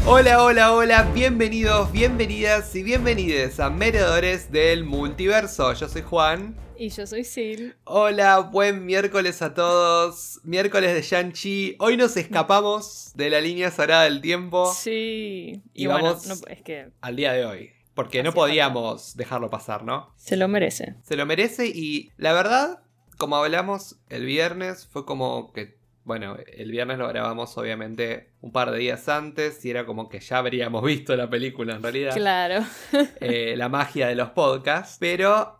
Hola, hola, hola, bienvenidos, bienvenidas y bienvenides a Merodeadores del Multiverso. Yo soy Juan. Y yo soy Sil. Hola, buen miércoles a todos. Miércoles de Shang-Chi. Hoy nos escapamos de la línea sagrada del tiempo. Sí. Y bueno, vamos no, es que al día de hoy. Porque no hacía podíamos dejarlo pasar, ¿no? se lo merece. Se lo merece y la verdad, como hablamos el viernes, fue como que... Bueno, el viernes lo grabamos obviamente un par de días antes y era como que ya habríamos visto la película en realidad. Claro. La magia de los podcasts. Pero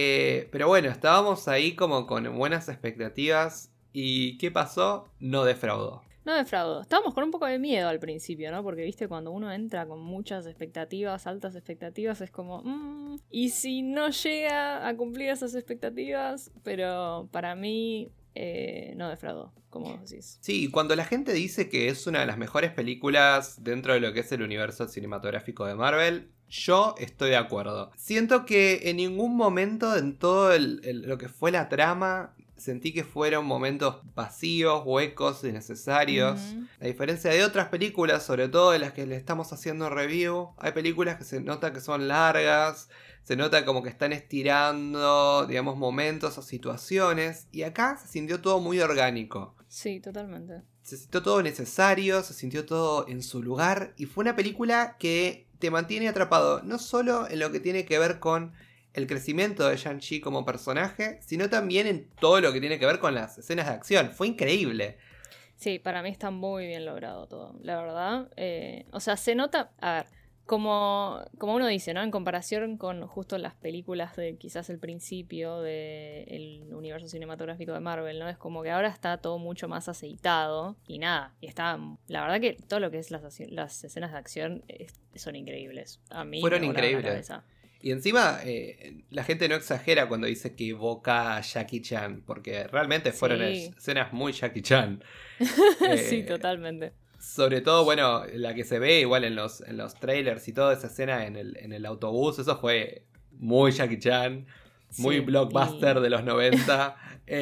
bueno, estábamos ahí como con buenas expectativas. ¿Y qué pasó? No defraudó. No defraudo. Estábamos con un poco de miedo al principio, ¿no? Porque, viste, cuando uno entra con muchas expectativas, altas expectativas, es como... ¿y si no llega a cumplir esas expectativas? Pero para mí... no defraudó, como decís. Sí, cuando la gente dice que es una de las mejores películas dentro de lo que es el universo cinematográfico de Marvel, yo estoy de acuerdo. Siento que en ningún momento en todo lo que fue la trama sentí que fueron momentos vacíos, huecos, innecesarios. A diferencia de otras películas, sobre todo de las que le estamos haciendo review, hay películas que se nota que son largas. Se nota como que están estirando, digamos, momentos o situaciones. Y acá se sintió todo muy orgánico. Sí, totalmente. Se sintió todo necesario, se sintió todo en su lugar. Y fue una película que te mantiene atrapado, no solo en lo que tiene que ver con el crecimiento de Shang-Chi como personaje, sino también en todo lo que tiene que ver con las escenas de acción. Fue increíble. Sí, para mí está muy bien logrado todo, la verdad. O sea, se nota... A ver... Como uno dice, ¿no? En comparación con justo las películas de quizás el principio del universo cinematográfico de Marvel, ¿no? Es como que ahora está todo mucho más aceitado y nada. Y está, la verdad que todo lo que es las escenas de acción son increíbles. A mí Fueron me volaron la increíbles. cabeza. Y encima, la gente no exagera cuando dice que evoca a Jackie Chan, porque realmente fueron Sí. escenas muy Jackie Chan. Sí, totalmente. Sobre todo, bueno, la que se ve igual en los trailers y toda esa escena en el autobús, eso fue muy Jackie Chan, muy Sí, blockbuster de los 90.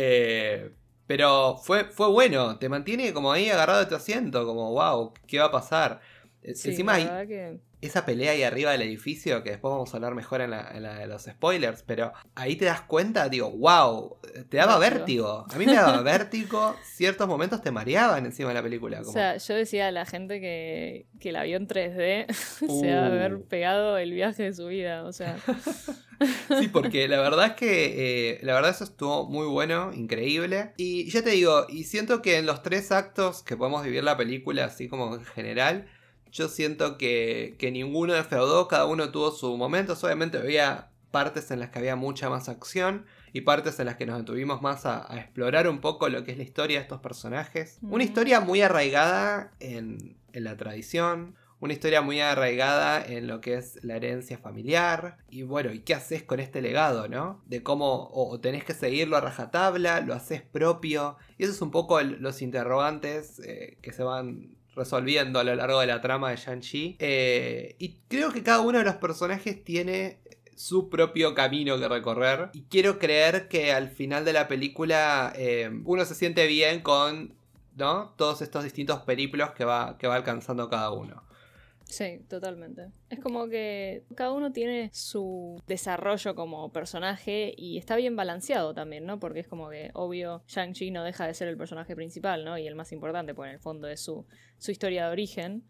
Pero fue bueno, te mantiene como ahí agarrado de tu asiento, como wow, ¿qué va a pasar? sí, Encima la hay verdad que... esa pelea ahí arriba del edificio, que después vamos a hablar mejor en la de los spoilers, pero ahí te das cuenta, digo, wow, te daba vértigo. A mí me daba vértigo, ciertos momentos te mareaban encima de la película. Como... O sea, yo decía a la gente que la vio en 3D se va a haber pegado el viaje de su vida, o sea... Sí, porque la verdad es que la verdad eso estuvo muy bueno, increíble. Y ya te digo, y siento que en los 3 actos que podemos vivir la película, así como en general, yo siento que ninguno defraudó, cada uno tuvo sus momentos. Obviamente había partes en las que había mucha más acción y partes en las que nos detuvimos más a explorar un poco lo que es la historia de estos personajes. Una historia muy arraigada en la tradición. Una historia muy arraigada en lo que es la herencia familiar. Y bueno, ¿y qué haces con este legado, no? De cómo o tenés que seguirlo a rajatabla, lo haces propio. Y eso es un poco los interrogantes que se van resolviendo a lo largo de la trama de Shang-Chi. Y creo que cada uno de los personajes tiene su propio camino que recorrer. Y quiero creer que al final de la película uno se siente bien con, ¿no? Todos estos distintos periplos que va alcanzando cada uno. Sí, totalmente. Es como que cada uno tiene su desarrollo como personaje y está bien balanceado también, ¿no? Porque es como que, obvio, Shang-Chi no deja de ser el personaje principal, ¿no? Y el más importante, porque en el fondo es su historia de origen.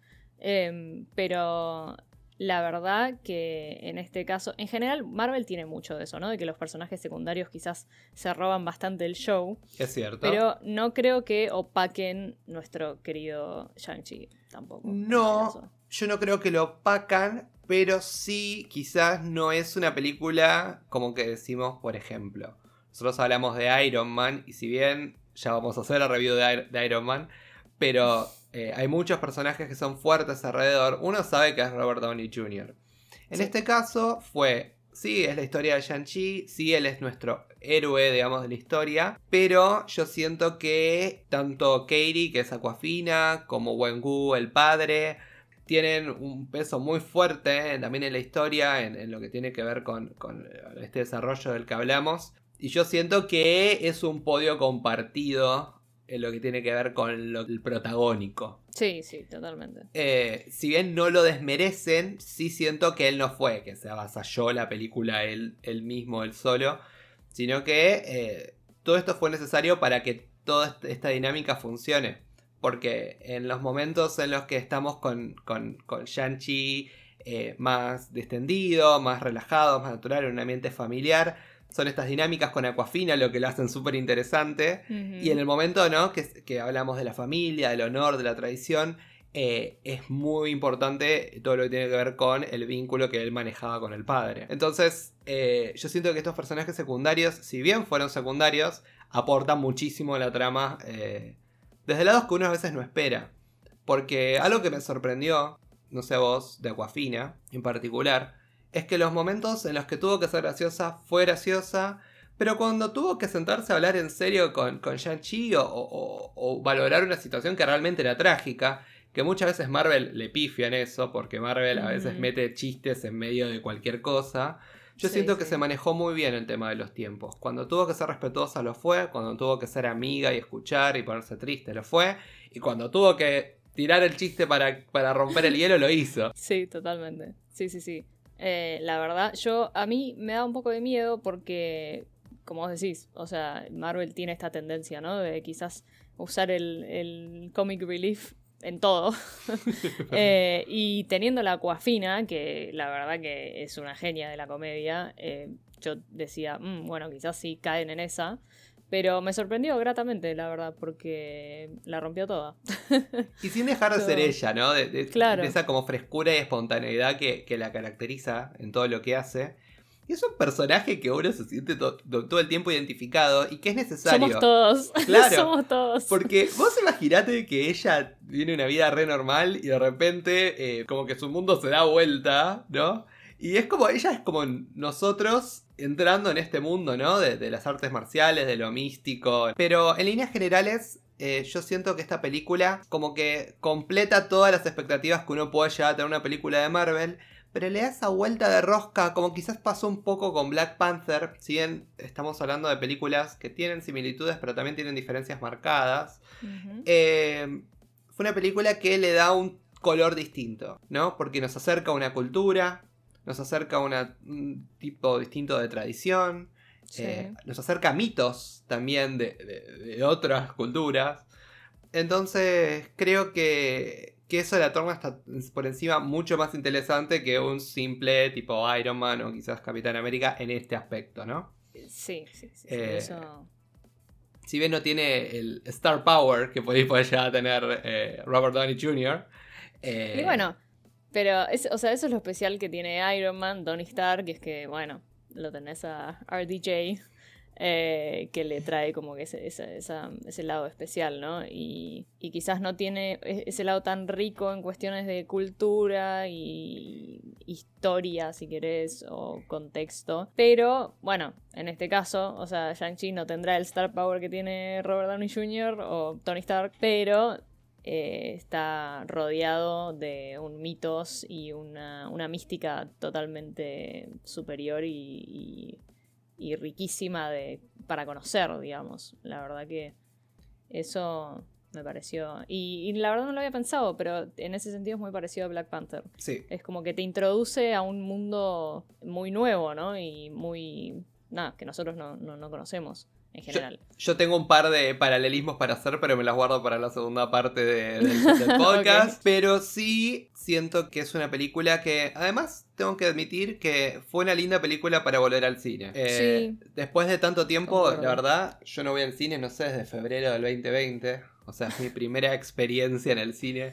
Pero la verdad que en este caso, en general, Marvel tiene mucho de eso, ¿no? De que los personajes secundarios quizás se roban bastante el show. Es cierto. Pero no creo que opaquen nuestro querido Shang-Chi tampoco. No, yo no creo que lo opacan, pero sí, quizás no es una película como que decimos, por ejemplo. Nosotros hablamos de Iron Man y si bien ya vamos a hacer la review de Iron Man, pero hay muchos personajes que son fuertes alrededor. Uno sabe que es Robert Downey Jr. En este caso fue... Sí, es la historia de Shang-Chi, sí, él es nuestro héroe, digamos, de la historia, pero yo siento que tanto Katie, que es Aquafina, como Wenwu, el padre, tienen un peso muy fuerte también en la historia, en lo que tiene que ver con este desarrollo del que hablamos, y yo siento que es un podio compartido en lo que tiene que ver con el protagónico. Sí, sí, totalmente. Si bien no lo desmerecen, sí siento que él no fue, que se avasalló la película él mismo, él solo, sino que todo esto fue necesario para que toda esta dinámica funcione. Porque en los momentos en los que estamos con Shang-Chi más distendido, más relajado, más natural, en un ambiente familiar, son estas dinámicas con Awkwafina lo que lo hacen súper interesante. Y en el momento, ¿no? que hablamos de la familia, del honor, de la tradición, es muy importante todo lo que tiene que ver con el vínculo que él manejaba con el padre. Entonces, yo siento que estos personajes secundarios, si bien fueron secundarios, aportan muchísimo a la trama desde lados que uno a veces no espera. Porque algo que me sorprendió, no sé a vos, de Awkwafina en particular, es que los momentos en los que tuvo que ser graciosa, fue graciosa, pero cuando tuvo que sentarse a hablar en serio con Shang-Chi o valorar una situación que realmente era trágica, que muchas veces Marvel le pifia en eso, porque Marvel a veces mete chistes en medio de cualquier cosa. Yo siento que se manejó muy bien el tema de los tiempos. Cuando tuvo que ser respetuosa lo fue, cuando tuvo que ser amiga y escuchar y ponerse triste lo fue, y cuando tuvo que tirar el chiste para romper el hielo lo hizo. Sí, totalmente. Sí, sí, sí. La verdad, a mí me da un poco de miedo porque, como vos decís, o sea, Marvel tiene esta tendencia, ¿no? De quizás usar el comic relief en todo. Y teniendo la Awkwafina, que la verdad que es una genia de la comedia, yo decía, bueno, quizás sí caen en esa. Pero me sorprendió gratamente, la verdad, porque la rompió toda. Y sin dejar de ser ella, ¿no? Claro. De esa como frescura y espontaneidad que la caracteriza en todo lo que hace. Y es un personaje que uno se siente todo el tiempo identificado y que es necesario. Somos todos. Claro. Somos todos. Porque vos imaginate que ella vive una vida re normal y de repente como que su mundo se da vuelta, ¿no? Y es como, ella es como nosotros entrando en este mundo, ¿no? De las artes marciales, de lo místico. Pero en líneas generales, yo siento que esta película como que completa todas las expectativas que uno puede llegar a tener una película de Marvel. Pero le da esa vuelta de rosca, como quizás pasó un poco con Black Panther. Si bien estamos hablando de películas que tienen similitudes, pero también tienen diferencias marcadas. Fue una película que le da un color distinto, ¿no? Porque nos acerca a una cultura, nos acerca a un tipo distinto de tradición, Sí. nos acerca a mitos también de otras culturas. Entonces creo que eso la torna hasta por encima mucho más interesante que un simple tipo Iron Man o quizás Capitán América en este aspecto, ¿no? Sí. Eso... Si bien no tiene el Star Power que podéis poder llegar a tener Robert Downey Jr. Y bueno, pero o sea, eso es lo especial que tiene Iron Man, Tony Stark, que es que, bueno, lo tenés a RDJ, que le trae como que ese lado especial, ¿no? Y quizás no tiene ese lado tan rico en cuestiones de cultura y historia, si querés, o contexto. Pero, bueno, en este caso, o sea, Shang-Chi no tendrá el Star Power que tiene Robert Downey Jr. o Tony Stark, pero está rodeado de un mitos y una mística totalmente superior y riquísima para conocer, digamos. La verdad que eso me pareció... Y la verdad no lo había pensado, pero en ese sentido es muy parecido a Black Panther. Sí. Es como que te introduce a un mundo muy nuevo, ¿no? Y muy... nada, que nosotros no conocemos en general. Yo tengo un par de paralelismos para hacer, pero me las guardo para la segunda parte del podcast. Okay. Pero sí siento que es una película que, además, tengo que admitir que fue una linda película para volver al cine. Sí. Después de tanto tiempo, la verdad, yo no voy al cine, no sé, desde febrero del 2020. O sea, es mi primera experiencia en el cine.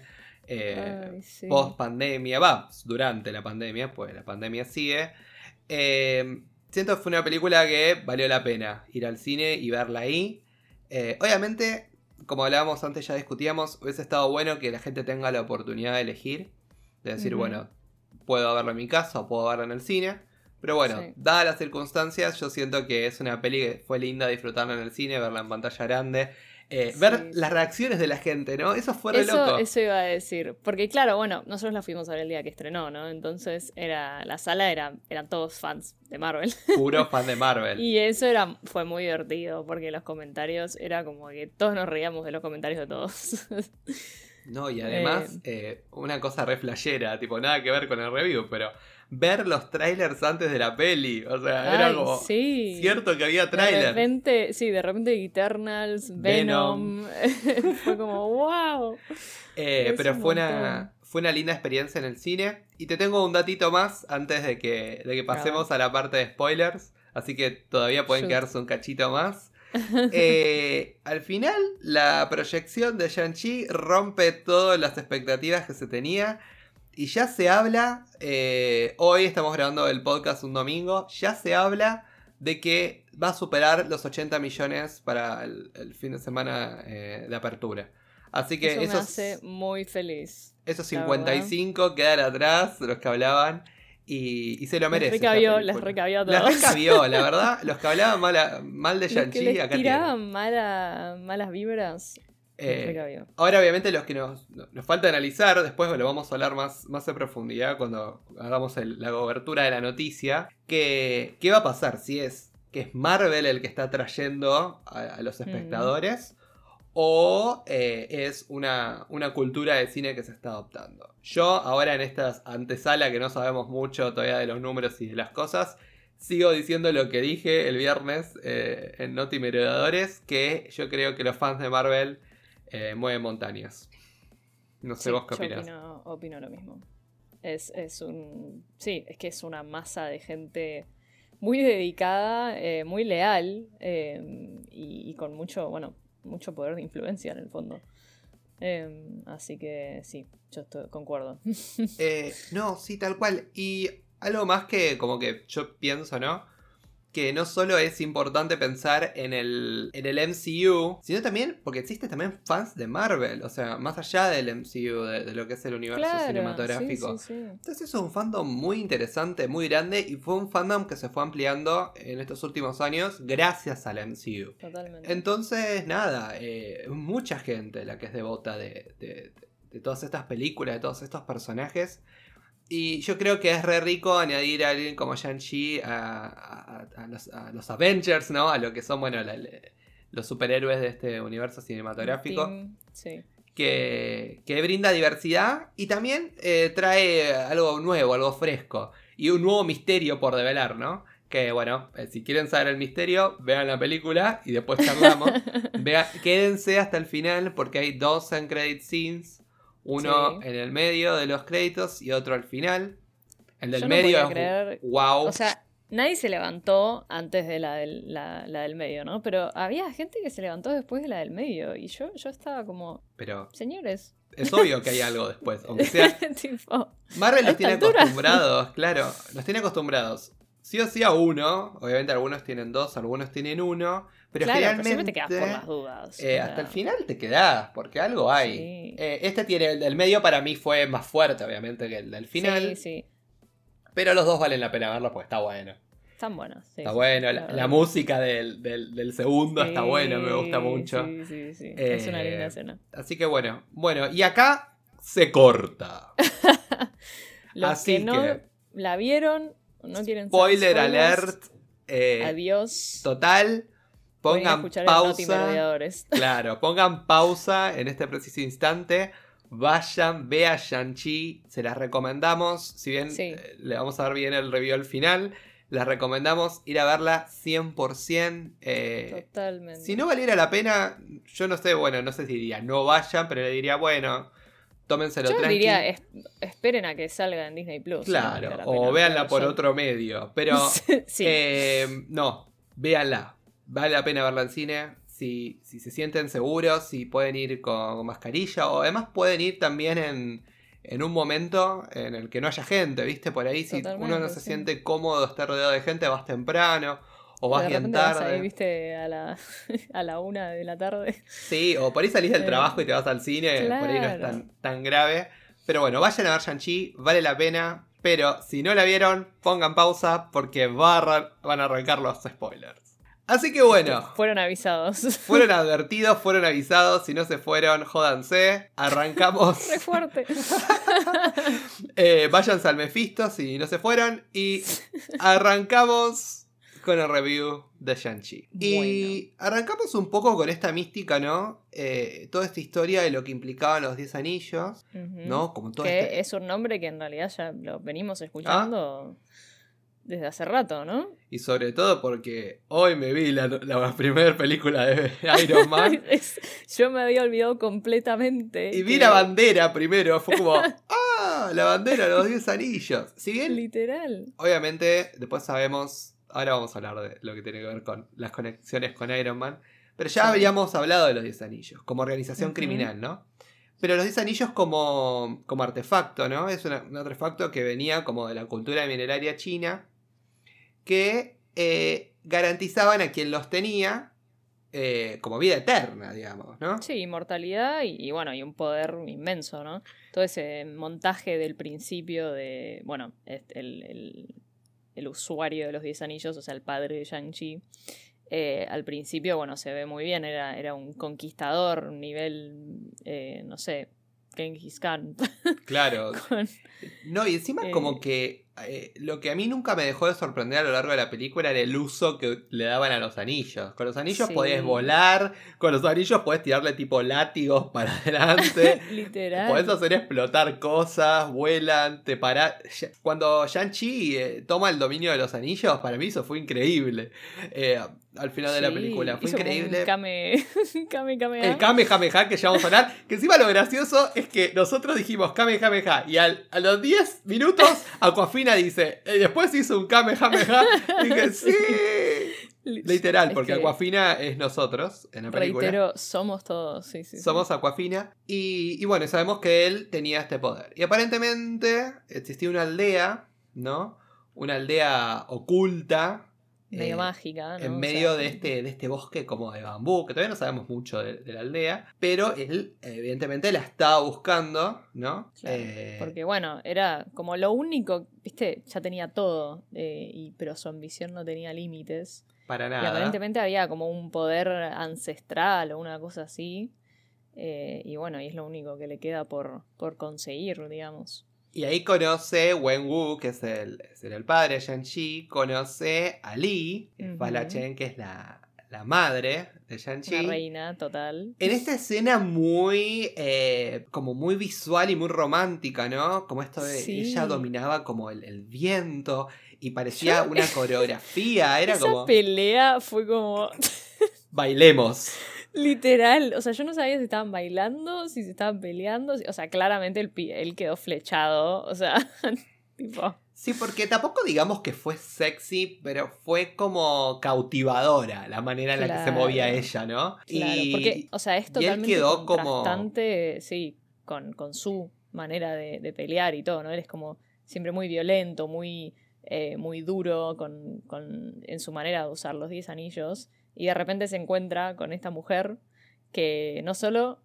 Sí. Post pandemia, durante la pandemia, pues la pandemia sigue. Siento que fue una película que valió la pena ir al cine y verla ahí. Obviamente, como hablábamos antes, ya discutíamos, hubiese estado bueno que la gente tenga la oportunidad de elegir. De decir, bueno, puedo verlo en mi casa o puedo verlo en el cine. Pero bueno, dadas las circunstancias, yo siento que es una peli que fue linda disfrutarla en el cine, verla en pantalla grande. Ver las reacciones de la gente, ¿no? Eso fue re loco. Eso iba a decir. Porque claro, bueno, nosotros la fuimos a ver el día que estrenó, ¿no? Entonces la sala eran todos fans de Marvel. Puro fan de Marvel. Y eso fue muy divertido, porque los comentarios era como que todos nos reíamos de los comentarios de todos. No, y además, una cosa re flashera, tipo, nada que ver con el review, pero ver los trailers antes de la peli, o sea, era como sí. cierto que había trailers. De repente Eternals, Venom. Fue como, wow. Pero fue una linda experiencia en el cine. Y te tengo un datito más antes de que pasemos a la parte de spoilers. Así que todavía pueden quedarse un cachito más. Al final, la proyección de Shang-Chi rompe todas las expectativas que se tenía. Y ya se habla, hoy estamos grabando el podcast un domingo, ya se habla de que va a superar los 80 millones para el fin de semana de apertura. Así que eso me hace muy feliz. Esos 55 quedan atrás, los que hablaban. Y se lo merece. Les recabió a todos. Les recabió, la verdad. Los que hablaban mal de Shang-Chi, los que acá tiraban malas vibras. Ahora, obviamente, los que nos falta analizar, después lo vamos a hablar más en profundidad cuando hagamos la cobertura de la noticia. ¿Qué va a pasar? Si es que es Marvel el que está trayendo a los espectadores. O es una cultura de cine que se está adoptando. Yo ahora en esta antesala que no sabemos mucho todavía de los números y de las cosas, sigo diciendo lo que dije el viernes en Noti Merodeadores, que yo creo que los fans de Marvel mueven montañas. No sé vos qué opinás. Yo opino lo mismo. Es que es una masa de gente muy dedicada, muy leal y con mucho poder de influencia en el fondo. Así que sí, yo concuerdo. No, sí, tal cual. Y algo más que como que yo pienso, ¿no? Que no solo es importante pensar en el MCU, sino también porque existen también fans de Marvel, o sea, más allá del MCU, de lo que es el universo cinematográfico. Sí. Entonces es un fandom muy interesante, muy grande, y fue un fandom que se fue ampliando en estos últimos años gracias al MCU. Totalmente. Entonces, nada, mucha gente la que es devota de todas estas películas, de todos estos personajes. Y yo creo que es re rico añadir a alguien como Shang-Chi a los Avengers, ¿no? A lo que son, los superhéroes de este universo cinematográfico. Sí. Que brinda diversidad y también trae algo nuevo, algo fresco. Y un nuevo misterio por develar, ¿no? Que bueno, si quieren saber el misterio, vean la película y después charlamos. Quédense hasta el final porque hay 2 end credit scenes. Uno en el medio de los créditos y otro al final. El del medio es creer... wow. O sea, nadie se levantó antes de la del medio, ¿no? Pero había gente que se levantó después de la del medio. Y yo estaba como... Pero... Señores. Es obvio que hay algo después. Aunque sea... tipo, Marvel los tiene acostumbrados, claro. Los tiene acostumbrados. Sí o sí a uno. Obviamente algunos tienen 2, algunos tienen 1. Pero generalmente... Pero siempre te quedas por las dudas. Hasta el final te quedás, porque algo hay. Sí. Este tiene el del medio, para mí fue más fuerte, obviamente, que el del final. Sí. Pero los dos valen la pena verlos porque está bueno. Están buenos. Sí, está bueno. La música del segundo está buena, me gusta mucho. Sí. Es una linda escena. Así que bueno, y acá se corta. Los así que no la vieron, no quieren spoiler alert. Adiós. Total. Pongan pausa. Claro, pongan pausa en este preciso instante. Vayan, vean Shang-Chi. Se las recomendamos. Si bien le vamos a dar bien el review al final, les recomendamos ir a verla 100%. Totalmente. Si no valiera la pena, yo no sé, no sé si diría no vayan, pero le diría, tómenselo tranqui. Yo diría, esperen a que salga en Disney Plus. Claro, o véanla por otro medio. Pero no, véanla. Vale la pena verla en cine. Si se sienten seguros, si pueden ir con mascarilla. O además pueden ir también en un momento en el que no haya gente, ¿viste? Por ahí, si uno no se siente cómodo estar rodeado de gente, vas temprano. O vas bien tarde. Vas ahí, ¿viste? A la 1 de la tarde. Sí, o por ahí salís del trabajo y te vas al cine. Claro. Por ahí no es tan grave. Pero vayan a ver Shang-Chi. Vale la pena. Pero si no la vieron, pongan pausa porque van a arrancar los spoilers. Así que fueron avisados. Fueron advertidos, fueron avisados. Si no se fueron, jódanse. Arrancamos. Re fuerte. Váyanse al Mephisto si no se fueron. Y arrancamos con el review de Shang-Chi. Y arrancamos un poco con esta mística, ¿no? Toda esta historia de lo que implicaban los 10 anillos, ¿no? Como todo que es un nombre que en realidad ya lo venimos escuchando desde hace rato, ¿no? Y sobre todo porque hoy me vi la primera película de Iron Man. Yo me había olvidado completamente. Y vi la bandera primero, fue como, la bandera de los 10 anillos. Si bien, literal. Obviamente, después sabemos, ahora vamos a hablar de lo que tiene que ver con las conexiones con Iron Man, pero ya habíamos hablado de los 10 anillos, como organización criminal, ¿no? Pero los 10 anillos como artefacto, ¿no? Es un artefacto que venía como de la cultura mineraria china, que garantizaban a quien los tenía como vida eterna, digamos, ¿no? Sí, inmortalidad y bueno, y un poder inmenso, ¿no? Todo ese montaje del principio de, bueno, el usuario de los 10 anillos, o sea, el padre de Shang-Chi, al principio, bueno, se ve muy bien, era un conquistador, nivel, no sé, Genghis Khan. Claro. No, y encima como que lo que a mí nunca me dejó de sorprender a lo largo de la película era el uso que le daban a los anillos. Con los anillos podías volar, con los anillos podés tirarle tipo látigos para adelante. Literal. Podés hacer explotar cosas, vuelan, te parás. Cuando Shang-Chi toma el dominio de los anillos, para mí eso fue increíble. Al final de la película. Fue increíble. El Kamehameha que ya vamos a hablar. Que encima lo gracioso es que nosotros dijimos Kamehameha y a los 10 minutos Aquafina dice, después hizo un Kamehameha. Y dije, sí. Literal, porque Aquafina es nosotros en la película. Reitero, somos todos. Sí, somos Aquafina. Y bueno, sabemos que él tenía este poder. Y aparentemente existía una aldea, ¿no? Una aldea oculta. Medio mágica, ¿no? En medio de este bosque como de bambú, que todavía no sabemos mucho de la aldea, pero él evidentemente la estaba buscando, ¿no? Claro, porque bueno, era como lo único, viste, ya tenía todo, pero su ambición no tenía límites. Para nada. Y aparentemente había como un poder ancestral o una cosa así, y bueno, y es lo único que le queda por conseguir, digamos. Y ahí conoce Wenwu, que es el padre de Shang-Chi, conoce a Li, Fala Chen, que es la madre de Shang-Chi. Una reina, total. En esta escena muy, como muy visual y muy romántica, ¿no? Como esto de ella dominaba como el viento y parecía una coreografía, era esa como... pelea fue como... Bailemos. Literal, o sea, yo no sabía si estaban bailando, si se estaban peleando, o sea, claramente él quedó flechado, o sea, tipo... Sí, porque tampoco digamos que fue sexy, pero fue como cautivadora la manera en la que se movía ella, ¿no? Claro, porque, o sea, es totalmente quedó contrastante, sí, con su manera de pelear y todo, ¿no? Él es como siempre muy violento, muy duro en su manera de usar los 10 anillos. Y de repente se encuentra con esta mujer que no solo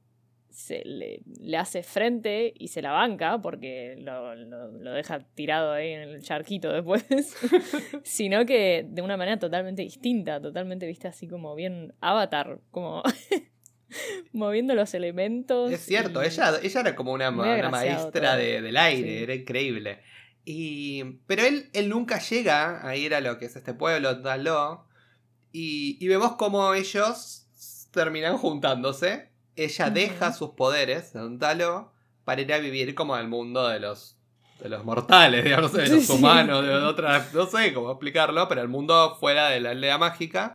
le hace frente y se la banca, porque lo deja tirado ahí en el charquito después, sino que de una manera totalmente distinta, totalmente vista así como bien Avatar, como moviendo los elementos. Es cierto, ella era como una maestra del aire, era increíble. Pero él nunca llega a ir a lo que es este pueblo, Dalo. Y vemos cómo ellos terminan juntándose. Ella deja sus poderes en Talo para ir a vivir como al mundo de los mortales, digamos, de los humanos, de otras, no sé cómo explicarlo, pero el mundo fuera de la aldea mágica.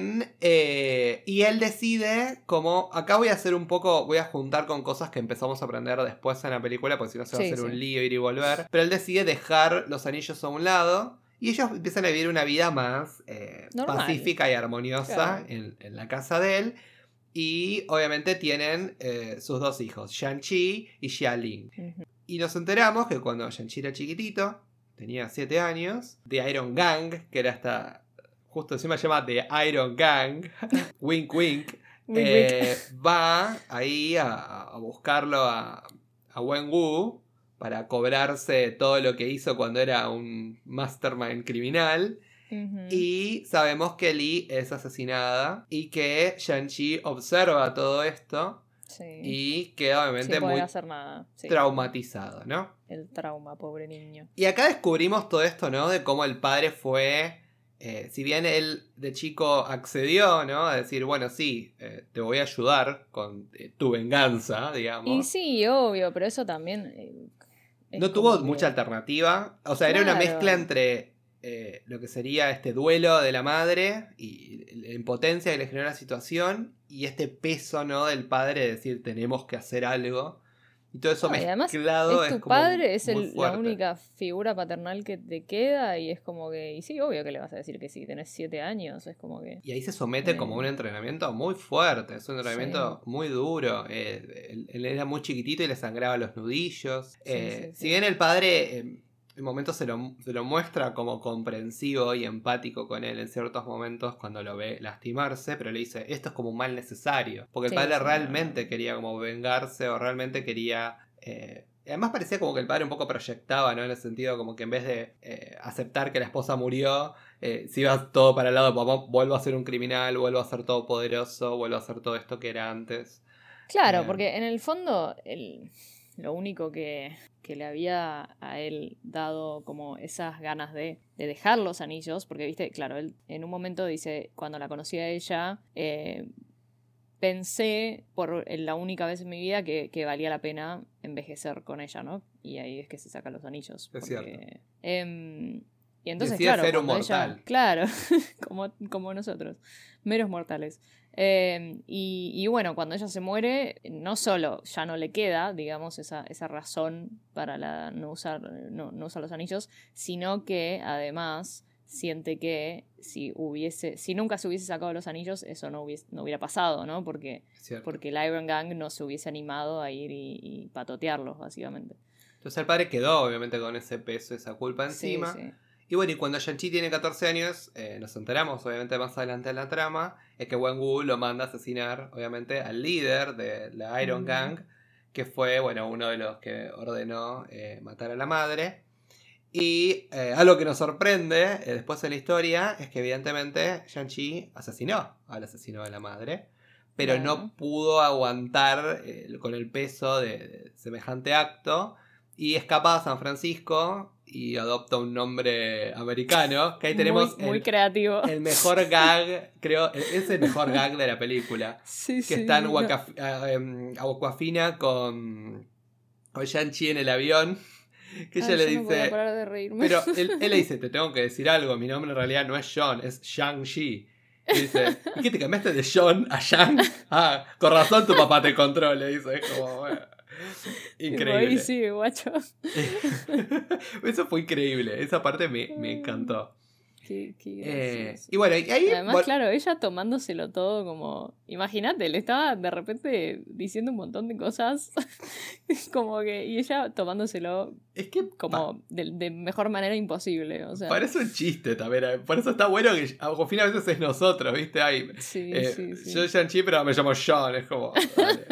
Y él decide como, acá voy a juntar con cosas que empezamos a aprender después en la película, porque si no se va a hacer un lío ir y volver. Pero él decide dejar los anillos a un lado. Y ellos empiezan a vivir una vida más pacífica y armoniosa en la casa de él. Y obviamente tienen sus 2 hijos, Shang-Chi y Xialing. Y nos enteramos que cuando Shang-Chi era chiquitito, tenía 7 años, The Iron Gang, que era hasta... Justo encima se llama The Iron Gang, wink wink, va ahí a buscarlo a Wenwu para cobrarse todo lo que hizo cuando era un mastermind criminal. Y sabemos que Li es asesinada y que Shang-Chi observa todo esto y queda obviamente muy hacer nada. traumatizado, ¿no? El trauma, pobre niño. Y acá descubrimos todo esto, ¿no? De cómo el padre fue si bien él de chico accedió, ¿no? A decir, bueno, sí, te voy a ayudar con tu venganza, digamos. Y sí, obvio, pero eso también es No tuvo como mucha que... alternativa. O sea, era una mezcla Claro. entre lo que sería este duelo de la madre y la impotencia que le generó la situación y este peso, ¿no? Del padre de decir, tenemos que hacer algo. Y todo eso No, y además mezclado es es tu como padre, es muy la fuerte. única figura paternal que te queda y es como que... Y sí, obvio que le vas a decir que sí, tenés 7 años, es como que... Y ahí se somete como a un entrenamiento muy fuerte, es un Sí, entrenamiento muy duro. Él era muy chiquitito y le sangraba los nudillos. sí, sí, Si sí. bien el padre en momentos se lo muestra como comprensivo y empático con él en ciertos momentos cuando lo ve lastimarse, pero le dice, esto es como un mal necesario. Porque el Sí, padre sí, no, realmente no. quería como vengarse o realmente quería... además parecía como que el padre un poco proyectaba, ¿no? En el sentido como que en vez de aceptar que la esposa murió, si vas todo para el lado, vuelvo a ser un criminal, vuelvo a ser todopoderoso, vuelvo a hacer todo esto que era antes. Claro, Eh, porque en el fondo lo único que le había a él dado como esas ganas de dejar los anillos, porque viste, claro, él en un momento dice, cuando la conocí a ella, pensé por la única vez en mi vida que valía la pena envejecer con ella, ¿no? Y ahí es que se saca los anillos, es cierto. porque... y entonces, Decide claro, ser un cuando ella... mortal. Claro, como nosotros, meros mortales. Y bueno, cuando ella se muere, no solo ya no le queda, digamos, esa razón para no usar los anillos, sino que además siente que si nunca se hubiese sacado los anillos, eso no hubiera pasado, ¿no? Porque Es cierto. el Iron Gang no se hubiese animado a ir y patotearlos, básicamente. Entonces el padre quedó obviamente con ese peso, esa culpa Sí, encima. sí. Y bueno, y cuando Shang-Chi tiene 14 años, nos enteramos obviamente más adelante en la trama, es que Wen-Wu lo manda a asesinar obviamente al líder de la Iron Mm. Gang, que fue, bueno, uno de los que ordenó matar a la madre. Y algo que nos sorprende después en la historia es que evidentemente Shang-Chi asesinó al asesino de la madre, pero Claro. no pudo aguantar con el peso de semejante acto y escapa a San Francisco y adopta un nombre americano, que ahí Muy, tenemos muy creativo. el mejor gag, creo, es el mejor gag de la película, Sí, que sí, está sí. No. en Aquafina con Shang-Chi en el avión, que ella Ay, le yo no podía dice... parar de reírme. Pero él le dice, te tengo que decir algo, mi nombre en realidad no es John, es Shang-Chi. Y dice, ¿y qué te cambiaste de John a Shang? Ah, con razón tu papá te controla, dice, es como, bueno, Tipo, ahí increíble. sí, guacho. Eso fue increíble, esa parte me encantó. Qué gracioso. Y bueno, y ahí... Además, claro, ella tomándoselo todo como... Imagínate, le estaba de repente diciendo un montón de cosas. Como que... Y ella tomándoselo Es que como de mejor manera imposible. O sea, parece un chiste también. Por eso está bueno que Agofín a veces es nosotros, ¿viste? Ay, sí, sí, yo sí. Shang-Chi, pero me llamo John, es como... Dale.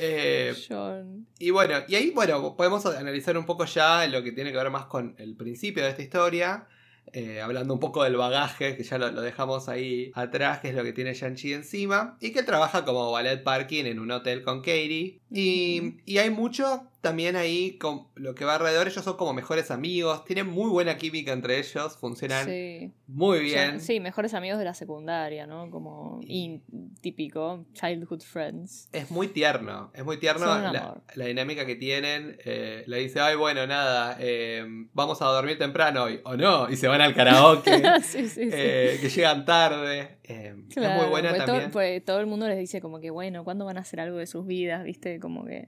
John. Y bueno, y ahí, bueno, podemos analizar un poco ya lo que tiene que ver más con el principio de esta historia. Hablando un poco del bagaje, que ya lo dejamos ahí atrás, que es lo que tiene Shang-Chi encima. Y que trabaja como ballet parking en un hotel con Katie. Ujú. Y hay mucho también ahí con lo que va alrededor. Ellos son como mejores amigos. Tienen muy buena química entre ellos. Funcionan Sí. muy bien. Sí, mejores amigos de la secundaria, ¿no? Como Y típico, childhood friends. es muy tierno. Es muy tierno Son un amor. la dinámica que tienen. Le dice, ay, bueno, nada, vamos a dormir temprano hoy. O no. Y se van al karaoke. Sí, sí, sí. Que llegan tarde. Es muy Claro, buena también. pues todo el mundo les dice como que, bueno, ¿cuándo van a hacer algo de sus vidas? ¿Viste? Como que...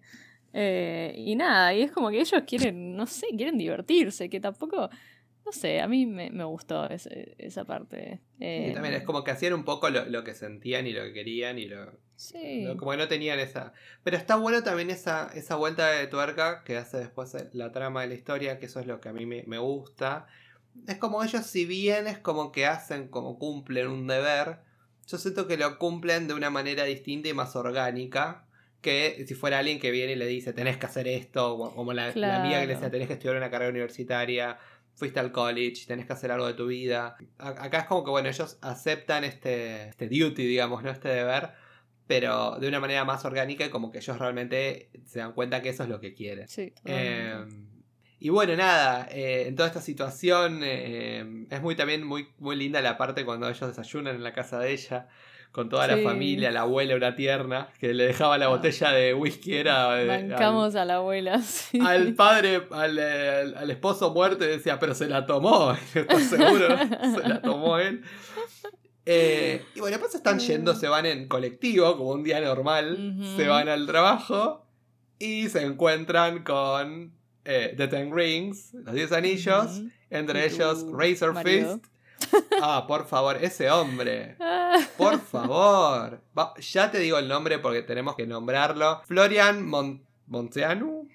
y nada, y es como que ellos quieren, no sé, quieren divertirse, que tampoco, no sé, a mí me gustó esa parte. Y también es como que hacían un poco lo que sentían y lo que querían y Sí, como que no tenían esa... Pero está bueno también esa vuelta de tuerca que hace después la trama de la historia, que eso es lo que a mí me gusta. Es como ellos, si bien es como que hacen, como cumplen un deber, yo siento que lo cumplen de una manera distinta y más orgánica que si fuera alguien que viene y le dice tenés que hacer esto, o como la amiga que le decía claro. tenés que estudiar una carrera universitaria, fuiste al college, tenés que hacer algo de tu vida. Acá es como que bueno, ellos aceptan este duty, digamos, ¿no? Este deber, pero de una manera más orgánica y como que ellos realmente se dan cuenta que eso es lo que quieren. Sí, Eh, totalmente. Y bueno, nada, en toda esta situación es también muy, muy linda la parte cuando ellos desayunan en la casa de ella, con toda la familia, la abuela una tierna, que le dejaba la botella de whisky, bancamos a la abuela, sí. Al padre, al esposo muerto, y decía, pero se la tomó, ¿estás seguro? Se la tomó él. Y bueno, después están yendo, se van en colectivo, como un día normal, se van al trabajo y se encuentran con The Ten Rings, los 10 anillos, entre ellos Razor Fist. Por favor, ese hombre. Por favor. Ya te digo el nombre porque tenemos que nombrarlo. Florian Monteanu.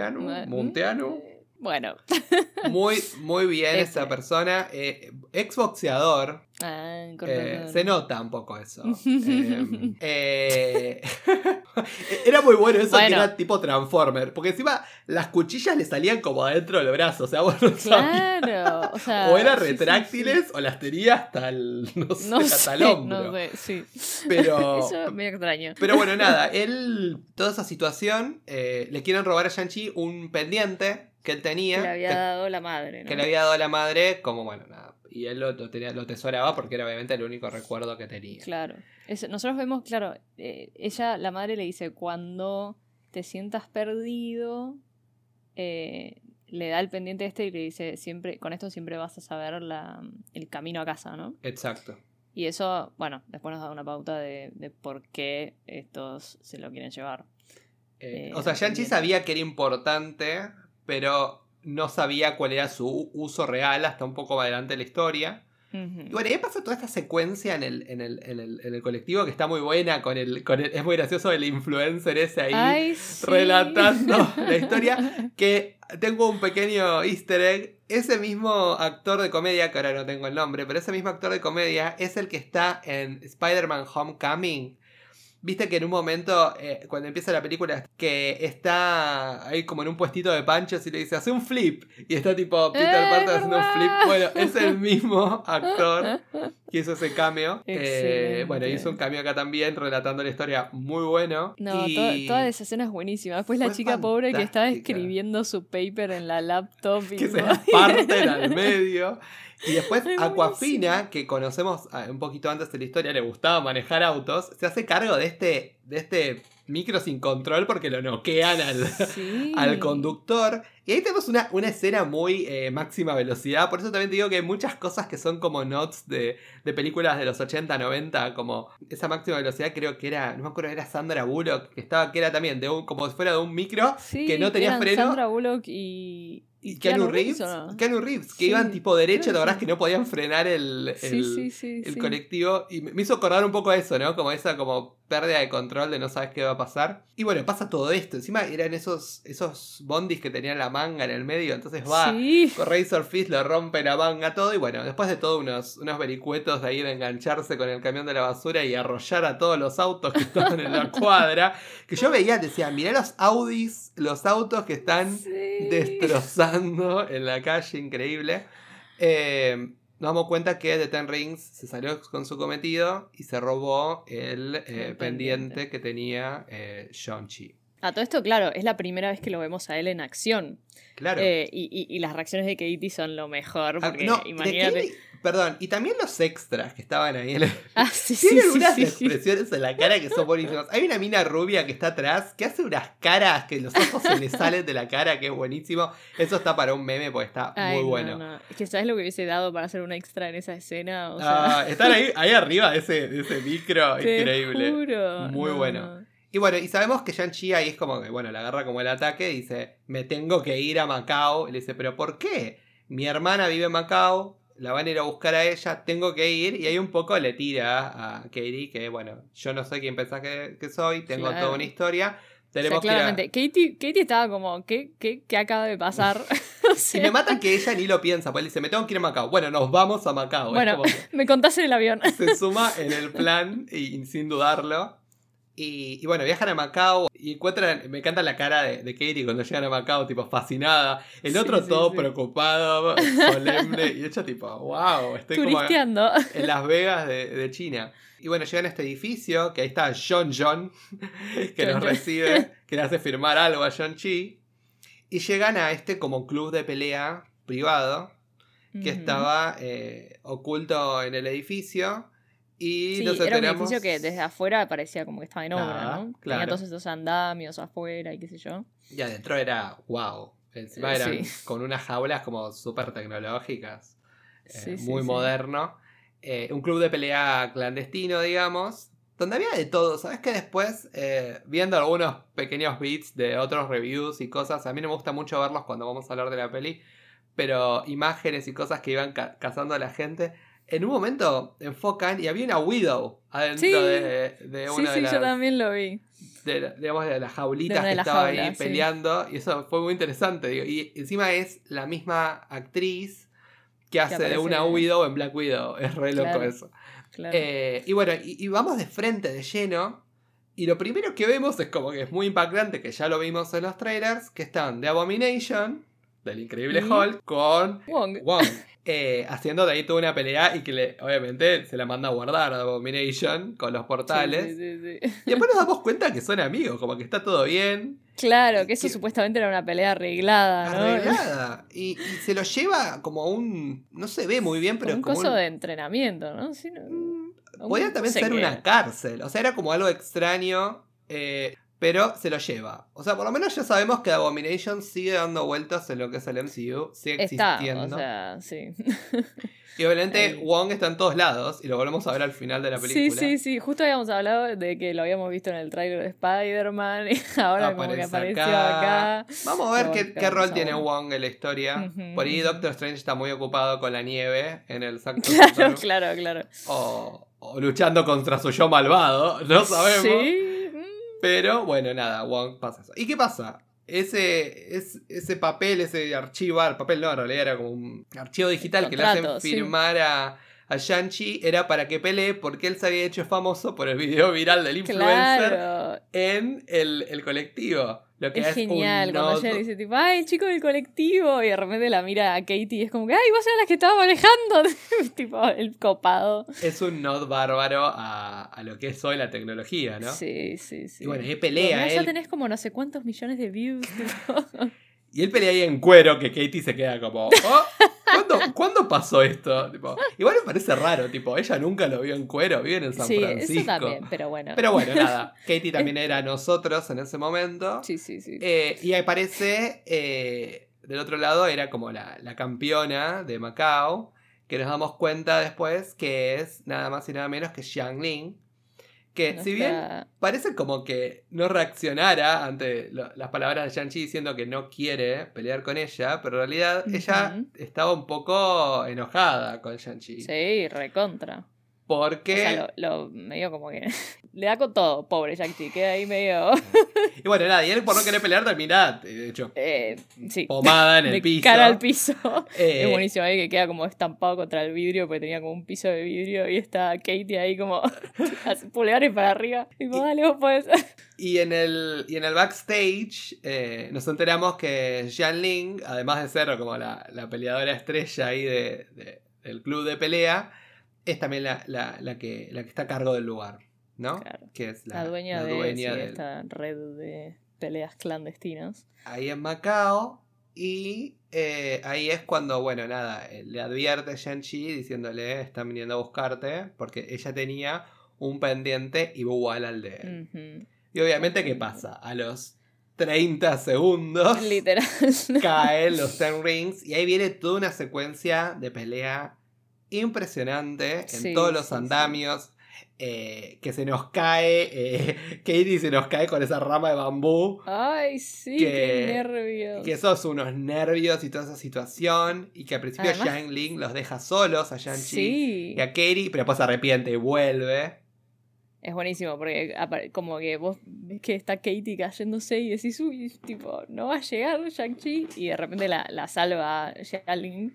Bueno. Muy, muy bien esa persona. Exboxeador. Se nota un poco eso. Era muy bueno eso, que era tipo Transformer. Porque encima las cuchillas le salían como adentro del brazo. O sea, vos no sabías. Claro. O sea, eran retráctiles o las tenía hasta el, hasta el hombro. No sé, sí. Pero, eso es medio extraño. Pero bueno, nada. Toda esa situación, le quieren robar a Shang-Chi un pendiente que él tenía. Que le había dado la madre, ¿no? Que le había dado la madre, como bueno, nada. Y él lo tesoraba porque era obviamente el único recuerdo que tenía. Claro. Nosotros vemos, claro, ella, la madre le dice, cuando te sientas perdido, le da el pendiente y le dice, siempre, con esto siempre vas a saber el camino a casa, ¿no? Exacto. Y eso, bueno, después nos da una pauta de por qué estos se lo quieren llevar. O sea, Shang-Chi sabía que era importante, pero no sabía cuál era su uso real hasta un poco más adelante de la historia. Y bueno, ahí pasa toda esta secuencia en el colectivo que está muy buena, es muy gracioso el influencer ese ahí relatando la historia, que tengo un pequeño easter egg. Ese mismo actor de comedia, que ahora no tengo el nombre, pero ese mismo actor de comedia es el que está en Spider-Man Homecoming. Viste que en un momento, cuando empieza la película, que está ahí como en un puestito de panchos y le dice, hace un flip. Y está tipo Peter Parker haciendo un flip. Bueno, es el mismo actor que hizo ese cameo. Bueno, hizo un cameo acá también, relatando la historia muy bueno. No, toda esa escena es buenísima. Después la chica pobre que estaba escribiendo su paper en la laptop. Que se la parten al medio. Y después Aquafina, que conocemos un poquito antes de la historia, le gustaba manejar autos, se hace cargo de este micro sin control porque lo noquean al conductor. Y ahí tenemos una escena muy máxima velocidad. Por eso también te digo que hay muchas cosas que son como notes de películas de los 80, 90. Como esa máxima velocidad, creo que era, no me acuerdo, era Sandra Bullock, que era también como si fuera de un micro, que no tenía freno. Sandra Bullock y Keanu Reeves, que iban tipo derecho, la verdad es que no podían frenar el colectivo. Y me hizo acordar un poco a eso, ¿no? Como esa pérdida de control de no sabes qué va a pasar. Y bueno, pasa todo esto. Encima eran esos bondis que tenían la manga en el medio. Entonces con Razor Fist le rompe la manga todo. Y bueno, después de todo unos vericuetos de ahí de engancharse con el camión de la basura y arrollar a todos los autos que estaban en la cuadra. Que yo veía, decía, mirá los Audis, los autos que están destrozando en la calle, increíble. Nos damos cuenta que The Ten Rings se salió con su cometido y se robó el pendiente que tenía Shang-Chi. A todo esto, claro, es la primera vez que lo vemos a él en acción. Claro. Y las reacciones de Katie son lo mejor, porque imagínate... Perdón, y también los extras que estaban ahí en el... sí, tienen unas expresiones en la cara que son buenísimas. Hay una mina rubia que está atrás que hace unas caras que los ojos se le salen de la cara, que es buenísimo. Eso está para un meme porque está muy bueno. No. Es que ¿sabes lo que hubiese dado para hacer un extra en esa escena? O sea... Están ahí arriba de ese micro, increíble. Juro. Muy bueno. Y bueno, y sabemos que Shang-Chi ahí es como que, bueno, le agarra como el ataque y dice, me tengo que ir a Macao. Y le dice, ¿pero por qué? Mi hermana vive en Macao, la van a ir a buscar a ella, tengo que ir. Y ahí un poco le tira a Katie que, bueno, yo no soy quien pensás que soy, tengo toda una historia. Tenemos claramente, Katie estaba como, ¿qué acaba de pasar? Y me matan que ella ni lo piensa, pues le dice, me tengo que ir a Macao. Bueno, nos vamos a Macao. Bueno, me contás en el avión. Se suma en el plan y sin dudarlo. Y bueno, viajan a Macao y encuentran, me encanta la cara de Katie cuando llegan a Macao, tipo fascinada. El otro todo preocupado, solemne, y ella tipo, wow, estoy turisteando como en Las Vegas de China. Y bueno, llegan a este edificio, que ahí está John, que los recibe, que le hace firmar algo a Shang-Chi. Y llegan a este como club de pelea privado que estaba oculto en el edificio. Y sí, nos era un enteramos... edificio que desde afuera parecía como que estaba en obra, Nada, ¿no? Tenía claro. todos esos andamios afuera y qué sé yo. Y adentro era wow. Encima eran Sí. con unas jaulas como súper tecnológicas. Sí, Muy sí. moderno. Un club de pelea clandestino, digamos. Donde había de todo. ¿Sabes que después, viendo algunos pequeños bits de otros reviews y cosas, a mí no me gusta mucho verlos cuando vamos a hablar de la peli, pero imágenes y cosas que iban cazando a la gente. En un momento enfocan y había una Widow adentro Sí. de una de las... yo también lo vi. digamos, de las De jaulitas una que de las estaba jaulas, ahí sí. peleando. Y eso fue muy interesante. Digo. Y encima es la misma actriz que hace de una Widow en Black Widow. Es re loco eso. Claro. Y bueno, y vamos de frente, de lleno. Y lo primero que vemos es como que es muy impactante, que ya lo vimos en los trailers, que están The Abomination, del Increíble Hulk, con Wong. haciendo de ahí toda una pelea y que obviamente se la manda a guardar a Abomination con los portales. Sí. Y después nos damos cuenta que son amigos, como que está todo bien. Claro, que eso supuestamente era una pelea arreglada, ¿no? Arreglada. Y se lo lleva como un... No se ve muy bien, pero como un es como coso de entrenamiento, ¿no? Sí, podía también ser una cárcel. O sea, era como algo extraño, pero se lo lleva. O sea, por lo menos ya sabemos que Abomination sigue dando vueltas en lo que es el MCU. Sigue existiendo. O sea, sí. Y obviamente Wong está en todos lados. Y lo volvemos a ver al final de la película. Sí. Justo habíamos hablado de que lo habíamos visto en el tráiler de Spider-Man. Y ahora como que apareció acá. Vamos a ver qué rol tiene Wong en la historia. Por ahí Doctor Strange está muy ocupado con la nieve en el Sanctum Sanctorum. Claro. O luchando contra su yo malvado. No sabemos. Sí. Pero bueno, nada, Wong pasa eso. ¿Y qué pasa? Ese papel, ese archivo, el papel no, en realidad era como un archivo digital que le hacen firmar a Shang-Chi, era para que pelee porque él se había hecho famoso por el video viral del influencer en el colectivo. Lo que es genial, cuando ella dice tipo, ¡ay, el chico del colectivo! Y de repente la mira a Katie y es como que, ¡ay, vos eras la que estaba manejando! Tipo, el copado. Es un nod bárbaro a lo que es hoy la tecnología, ¿no? Sí. Y bueno, ahí pelea él. Ya tenés como no sé cuántos millones de views. Y él pelea ahí en cuero, que Katie se queda como, ¿cuándo pasó esto? Tipo, igual me parece raro, tipo, ella nunca lo vio en cuero, viven en San Francisco. Sí, eso también, pero bueno. Pero bueno, nada, Katie también era nosotros en ese momento. Sí. Y aparece, del otro lado, era como la campeona de Macao, que nos damos cuenta después que es nada más y nada menos que Xiangling. Que si bien parece como que no reaccionara ante las palabras de Shang-Chi diciendo que no quiere pelear con ella, pero en realidad ella estaba un poco enojada con Shang-Chi. Sí, recontra. Porque... O sea, medio como que... le da con todo, pobre Shang-Chi, queda ahí medio... Y bueno, nada, y él por no querer pelear termina, de hecho, sí. pomada en el piso. Cara al piso. Es buenísimo ahí que queda como estampado contra el vidrio porque tenía como un piso de vidrio y está Katie ahí como pulgares para arriba. Y como, dale, vos podés. Y en el backstage nos enteramos que Xianling, además de ser como la peleadora estrella ahí del club de pelea, es también la que está a cargo del lugar, ¿no? Claro. Que es la dueña de esta red de peleas clandestinas. Ahí en Macao. Y ahí es cuando, bueno, nada, le advierte a Shang-Chi diciéndole, están viniendo a buscarte, porque ella tenía un pendiente igual al de él. Y obviamente, ¿qué pasa? A los 30 segundos literal caen los Ten Rings y ahí viene toda una secuencia de pelea impresionante en todos los andamios. Que se nos cae Katie se nos cae con esa rama de bambú. Ay, sí, qué nervios. Que esos unos nervios y toda esa situación. Y que al principio Xiangling los deja solos a Shang-Chi y a Katie, pero después se arrepiente y vuelve. Es buenísimo porque como que vos ves que está Katie cayéndose y decís, uy, tipo, no va a llegar Shang-Chi, y de repente la salva Xiangling,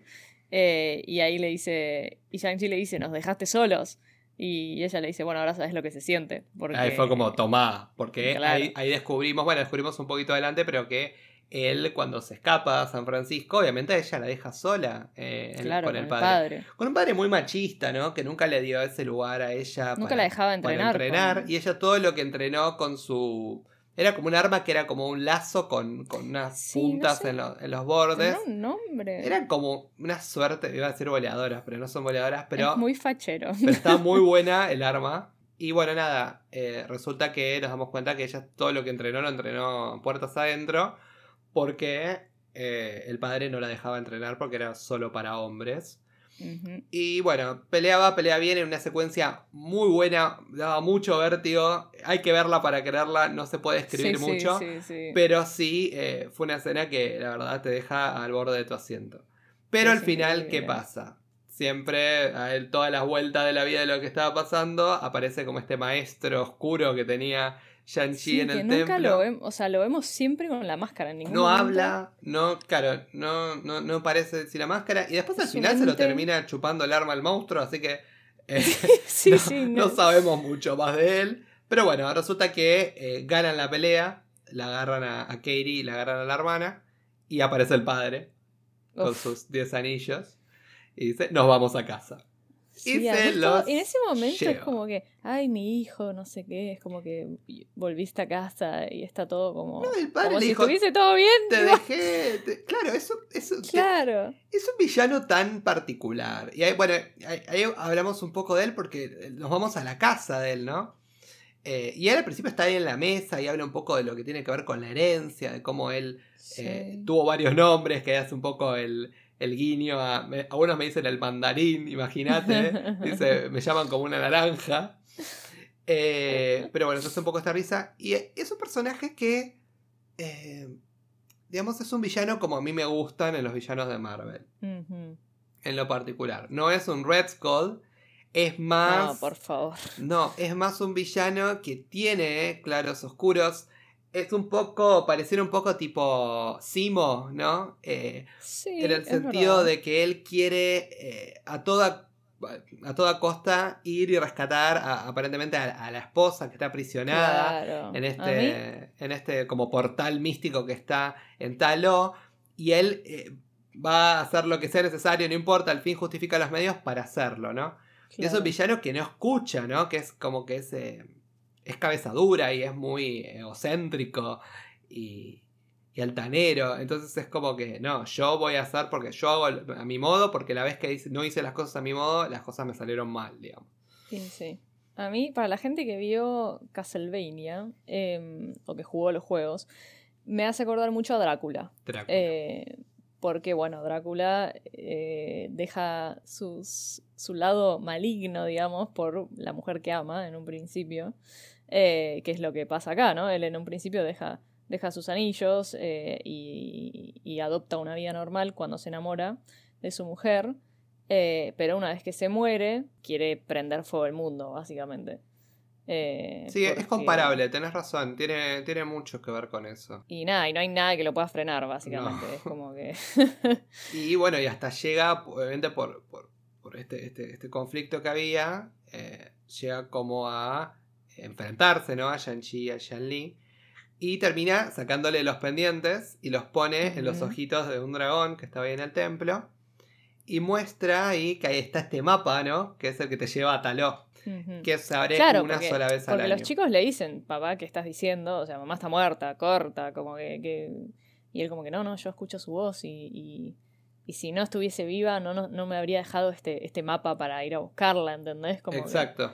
y ahí le dice, y Shang-Chi le dice, nos dejaste solos. Y ella le dice, bueno, ahora sabes lo que se siente. Porque... Ahí fue como, tomá, porque claro. ahí descubrimos un poquito adelante, pero que él cuando se escapa a San Francisco, obviamente ella la deja sola con el padre. Con un padre muy machista, ¿no? Que nunca le dio ese lugar a ella. Nunca la dejaba entrenar. Y ella todo lo que entrenó con su Era como un arma que era como un lazo con unas puntas en los bordes. Tenía un nombre. Eran como una suerte, iba a decir boleadoras, pero no son boleadoras, pero... Es muy fachero. Pero está muy buena el arma. Y bueno, nada, resulta que nos damos cuenta que ella todo lo que entrenó lo entrenó puertas adentro, porque el padre no la dejaba entrenar porque era solo para hombres. Uh-huh. Y bueno, pelea bien en una secuencia muy buena, daba mucho vértigo, hay que verla para quererla, no se puede escribir mucho, sí. Pero sí, fue una escena que la verdad te deja al borde de tu asiento. Pero al final, increíble. ¿Qué pasa? Siempre, a él, todas las vueltas de la vida de lo que estaba pasando, aparece como este maestro oscuro que tenía Shang-Chi en el nunca templo. Lo vemos siempre con la máscara en ningún no momento. Habla, no parece sin la máscara. Y después al final se lo termina chupando el arma al monstruo, así que no sabemos mucho más de él. Pero bueno, resulta que ganan la pelea, la agarran a Katie, la agarran a la hermana, y aparece el padre con sus 10 anillos. Y dice, nos vamos a casa. Sí, y en ese momento lleva. Es como que, ay, mi hijo, no sé qué, es como que volviste a casa y está todo como... No, el padre como le si dijo, estuviese todo bien. Te dejé... Claro, eso claro. Es un villano tan particular. Y ahí hablamos un poco de él porque nos vamos a la casa de él, ¿no? Y él al principio está ahí en la mesa y habla un poco de lo que tiene que ver con la herencia, de cómo él tuvo varios nombres, que hace un poco el guiño algunos me dicen el mandarín, imagínate, dice, me llaman como una naranja, pero bueno, entonces un poco esta risa, y es un personaje que digamos es un villano como a mí me gustan en los villanos de Marvel, en lo particular, no es un Red Skull, es más... No, por favor. No, es más un villano que tiene claros oscuros. Es un poco, pareciera un poco tipo Simo, ¿no? Sí, en el sentido de que él quiere a toda costa ir y rescatar aparentemente a la esposa que está aprisionada, claro, en este como portal místico que está en Taló. Y él va a hacer lo que sea necesario, no importa, al fin justifica los medios para hacerlo, ¿no? Claro. Y es un villano que no escucha, ¿no? Que es como que es cabeza dura y es muy egocéntrico y altanero. Entonces es como que, no, yo voy a hacer porque yo hago a mi modo, porque la vez que no hice las cosas a mi modo, las cosas me salieron mal, digamos. Sí. A mí, para la gente que vio Castlevania, o que jugó los juegos, me hace acordar mucho a Drácula. Porque, bueno, Drácula deja su lado maligno, digamos, por la mujer que ama en un principio. Que es lo que pasa acá, ¿no? Él en un principio deja sus anillos y adopta una vida normal cuando se enamora de su mujer, pero una vez que se muere quiere prender fuego el mundo, básicamente. Sí, es comparable, tenés razón, tiene mucho que ver con eso. Y no hay nada que lo pueda frenar, básicamente. No. Es como que... Y bueno, y hasta llega, obviamente por este conflicto que había, llega como a enfrentarse, ¿no? A Shang-Chi y a Shan-Li. Y termina sacándole los pendientes y los pone en los ojitos de un dragón que estaba ahí en el templo. Y muestra ahí que ahí está este mapa, ¿no? Que es el que te lleva a Taló. Que se abre una sola vez al año. Porque los chicos le dicen, papá, ¿qué estás diciendo? O sea, mamá está muerta, corta, como que... Y él como que no, yo escucho su voz y si no estuviese viva no me habría dejado este mapa para ir a buscarla, ¿entendés? Como exacto.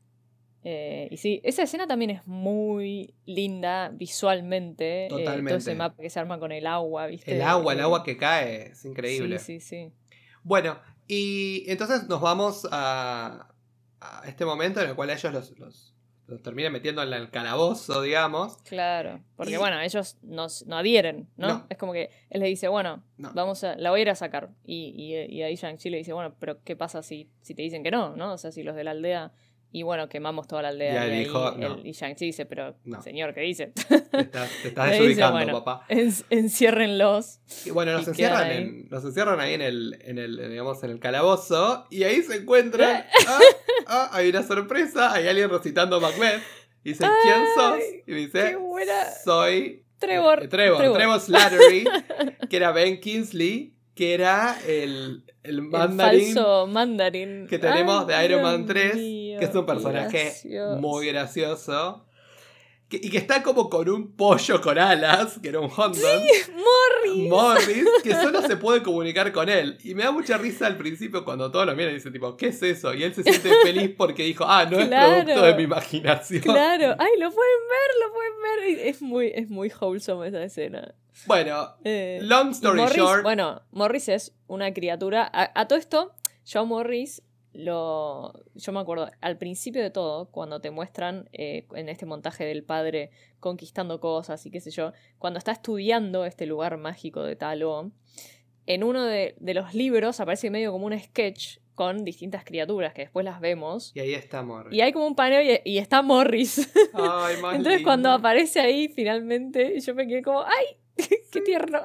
Y sí, esa escena también es muy linda visualmente. Totalmente. Todo ese mapa que se arma con el agua, ¿viste? El agua que cae, es increíble. Sí. Bueno, y entonces nos vamos a este momento en el cual ellos los terminan metiendo en el calabozo, digamos. Clare, porque bueno, ellos no adhieren, ¿no? Es como que él le dice, bueno, la voy a ir a sacar. Y ahí Shang-Chi le dice, bueno, pero ¿qué pasa si te dicen que no? O sea, si los de la aldea... Y bueno, quemamos toda la aldea. Y dijo, y Shang-Chi dice, pero señor, ¿qué dice? Te estás desubicando, dice, bueno, papá. Enciérrenlos. Y bueno, nos encierran ahí en el calabozo. Y ahí se encuentran. Hay una sorpresa. Hay alguien recitando Macbeth. Y dice, ¿quién sos? Y dice, soy Trevor Slattery, que era Ben Kingsley, que era el mandarín, falso mandarín que tenemos de Iron Man 3, que es un personaje muy gracioso, y que está como con un pollo con alas, que era un Honda. Sí, Morris, que solo se puede comunicar con él. Y me da mucha risa al principio cuando todos lo miran y dicen tipo, ¿qué es eso? Y él se siente feliz porque dijo, no es producto de mi imaginación. Claro, ay, lo pueden ver. Es muy wholesome esa escena. Bueno, long story short. Bueno, Morris es una criatura. A todo esto, Joe Morris yo me acuerdo, al principio de todo, cuando te muestran en este montaje del padre conquistando cosas y qué sé yo, cuando está estudiando este lugar mágico de Talo, en uno de los libros aparece medio como un sketch con distintas criaturas que después las vemos. Y ahí está Morris. Y hay como un paneo y está Morris. Ay, más Entonces lindo. cuando aparece ahí finalmente, yo me quedé como, ¡ay! ¡Qué tierno!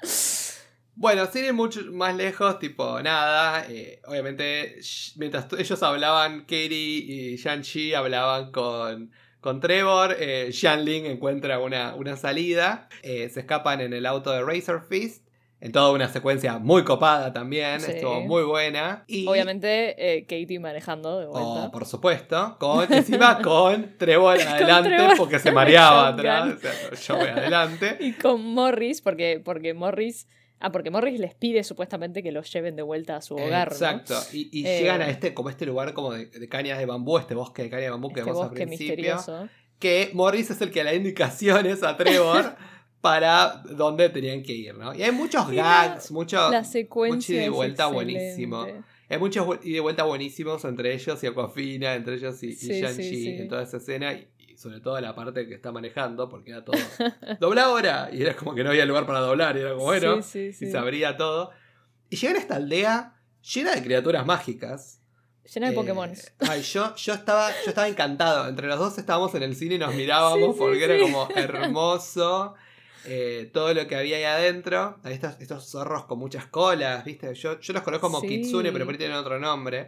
Bueno, sin ir mucho más lejos, tipo, nada, obviamente, mientras ellos hablaban, Katie y Shang-Chi hablaban con Trevor, Xianling encuentra una salida, se escapan en el auto de Razor Fist, en toda una secuencia muy copada también, Sí. estuvo muy buena. Y, obviamente, Katie manejando de vuelta. por supuesto, encima con Trevor adelante porque se mareaba atrás, o sea, yo voy adelante. Y con Morris, porque Morris les pide supuestamente que los lleven de vuelta a su hogar. Exacto. ¿no? Y llegan a este lugar como de cañas de bambú, este bosque de cañas de bambú que vemos al principio. Misterioso. Que Morris es el que le da indicaciones a Trevor para dónde tenían que ir, ¿no? Y hay muchos gags, mucho ida y vuelta buenísimo. Hay muchos ida y vuelta buenísimos entre ellos y Aquafina, entre ellos y Shang-Chi en toda esa escena. Y sobre todo la parte que está manejando, porque era todo dobla ahora, y era como que no había lugar para doblar, y era como bueno, y se abría todo. Y llegan a esta aldea llena de criaturas mágicas. Llena de Pokémon. Ay, yo estaba encantado. Entre los dos estábamos en el cine y nos mirábamos porque era como hermoso. Todo lo que había ahí adentro. Estos zorros con muchas colas, ¿viste? Yo los conozco como Kitsune, pero por ahí tienen otro nombre.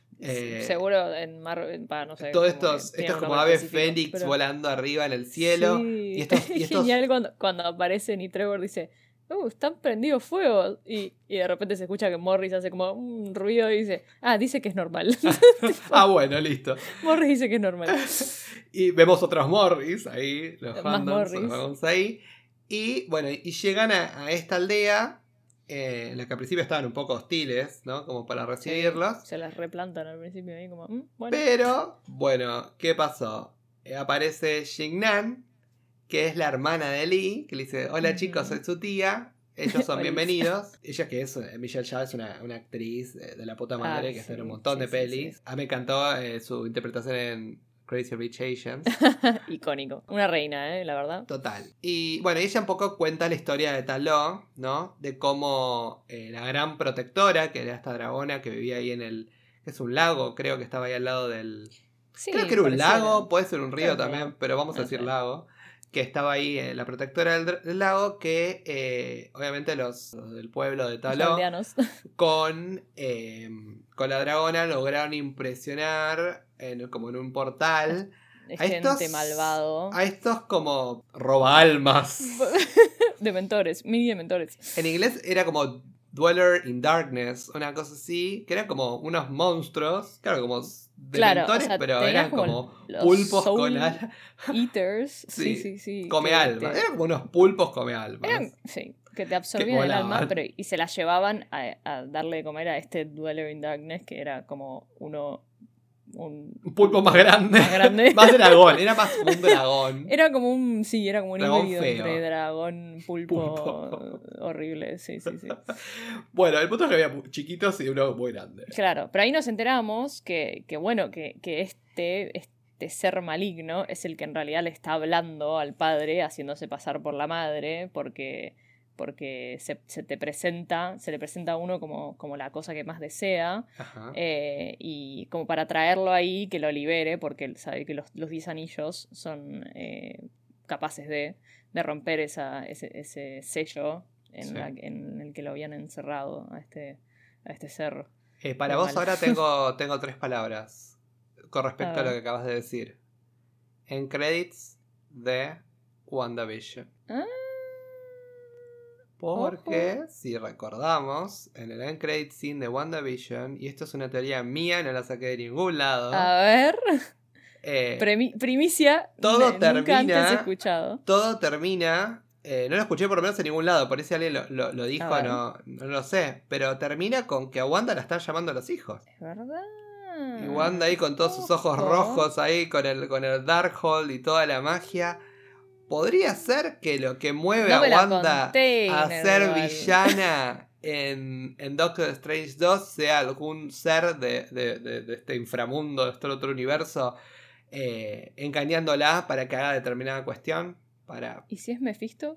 Seguro en Marvel, no sé. Todos estos como aves fénix volando arriba en el cielo. Sí. Y estos... Genial cuando aparecen y Trevor dice, están prendidos fuego. Y de repente se escucha que Morris hace como un ruido y dice, dice que es normal. Bueno, listo. Morris dice que es normal. Y vemos otros Morris ahí, los Morris vamos ahí. Y bueno, y llegan a esta aldea. En la que al principio estaban un poco hostiles, ¿no? Como para recibirlos. Sí, se las replantan al principio ahí como, bueno. Pero, bueno, ¿qué pasó? Aparece Jingnan, que es la hermana de Lee, que le dice, hola chicos, soy su tía, ellos son bienvenidos. Ella que es, Michelle Yeoh es una actriz de la puta madre, que está en un montón de pelis. A mí me encantó su interpretación en Crazy Rich Asians. Icónico. Una reina, la verdad. Total. Y bueno, ella un poco cuenta la historia de Taló, ¿no? De cómo la gran protectora, que era esta dragona que vivía ahí en el... Es un lago, creo que estaba ahí al lado del... Sí, creo que era un lago, puede ser un río creo también, pero vamos a decir lago. Que estaba ahí la protectora del lago, que obviamente los del pueblo de Taló, con la dragona lograron impresionar como en un portal gente malvado. A estos como roba almas. Dementores, mini dementores. En inglés era como Dweller in Darkness, una cosa así, que eran como unos monstruos, claro, como dementores, pero eran como pulpos con almas. Eaters, sí. Come almas, eran como unos pulpos come almas. Sí, que te absorbían el alma, y se las llevaban a darle de comer a este Dweller in Darkness, que era como un pulpo más grande. Más dragón, era más un dragón. Era como un dragón híbrido feo. Entre dragón, pulpo. Horrible, sí. Bueno, el punto es que había chiquitos y uno muy grande. Claro, pero ahí nos enteramos que este ser maligno es el que en realidad le está hablando al padre, haciéndose pasar por la madre, porque se le presenta a uno como la cosa que más desea. Y como para traerlo ahí, que lo libere, porque él sabe que los 10 anillos son capaces de romper ese sello en el que lo habían encerrado a este ser. Para vos ahora tengo 3 palabras con respecto a lo que acabas de decir. En credits de WandaVision. Porque, si recordamos, en el end credit scene de WandaVision, y esto es una teoría mía, no la saqué de ningún lado. A ver. Primicia. Todo Nunca antes termina. escuchado. Todo termina. No lo escuché por lo menos en ningún lado. Por eso alguien lo dijo, ver. no lo sé. Pero termina con que a Wanda la están llamando a los hijos. Es verdad. Y Wanda ahí con todos sus ojos rojos, ahí con el Darkhold y toda la magia. ¿Podría ser que lo que mueve No a me la Wanda conté, a ser igual. villana en Doctor Strange 2 sea algún ser de este inframundo, de este otro universo, engañándola para que haga determinada cuestión? ¿Y si es Mephisto?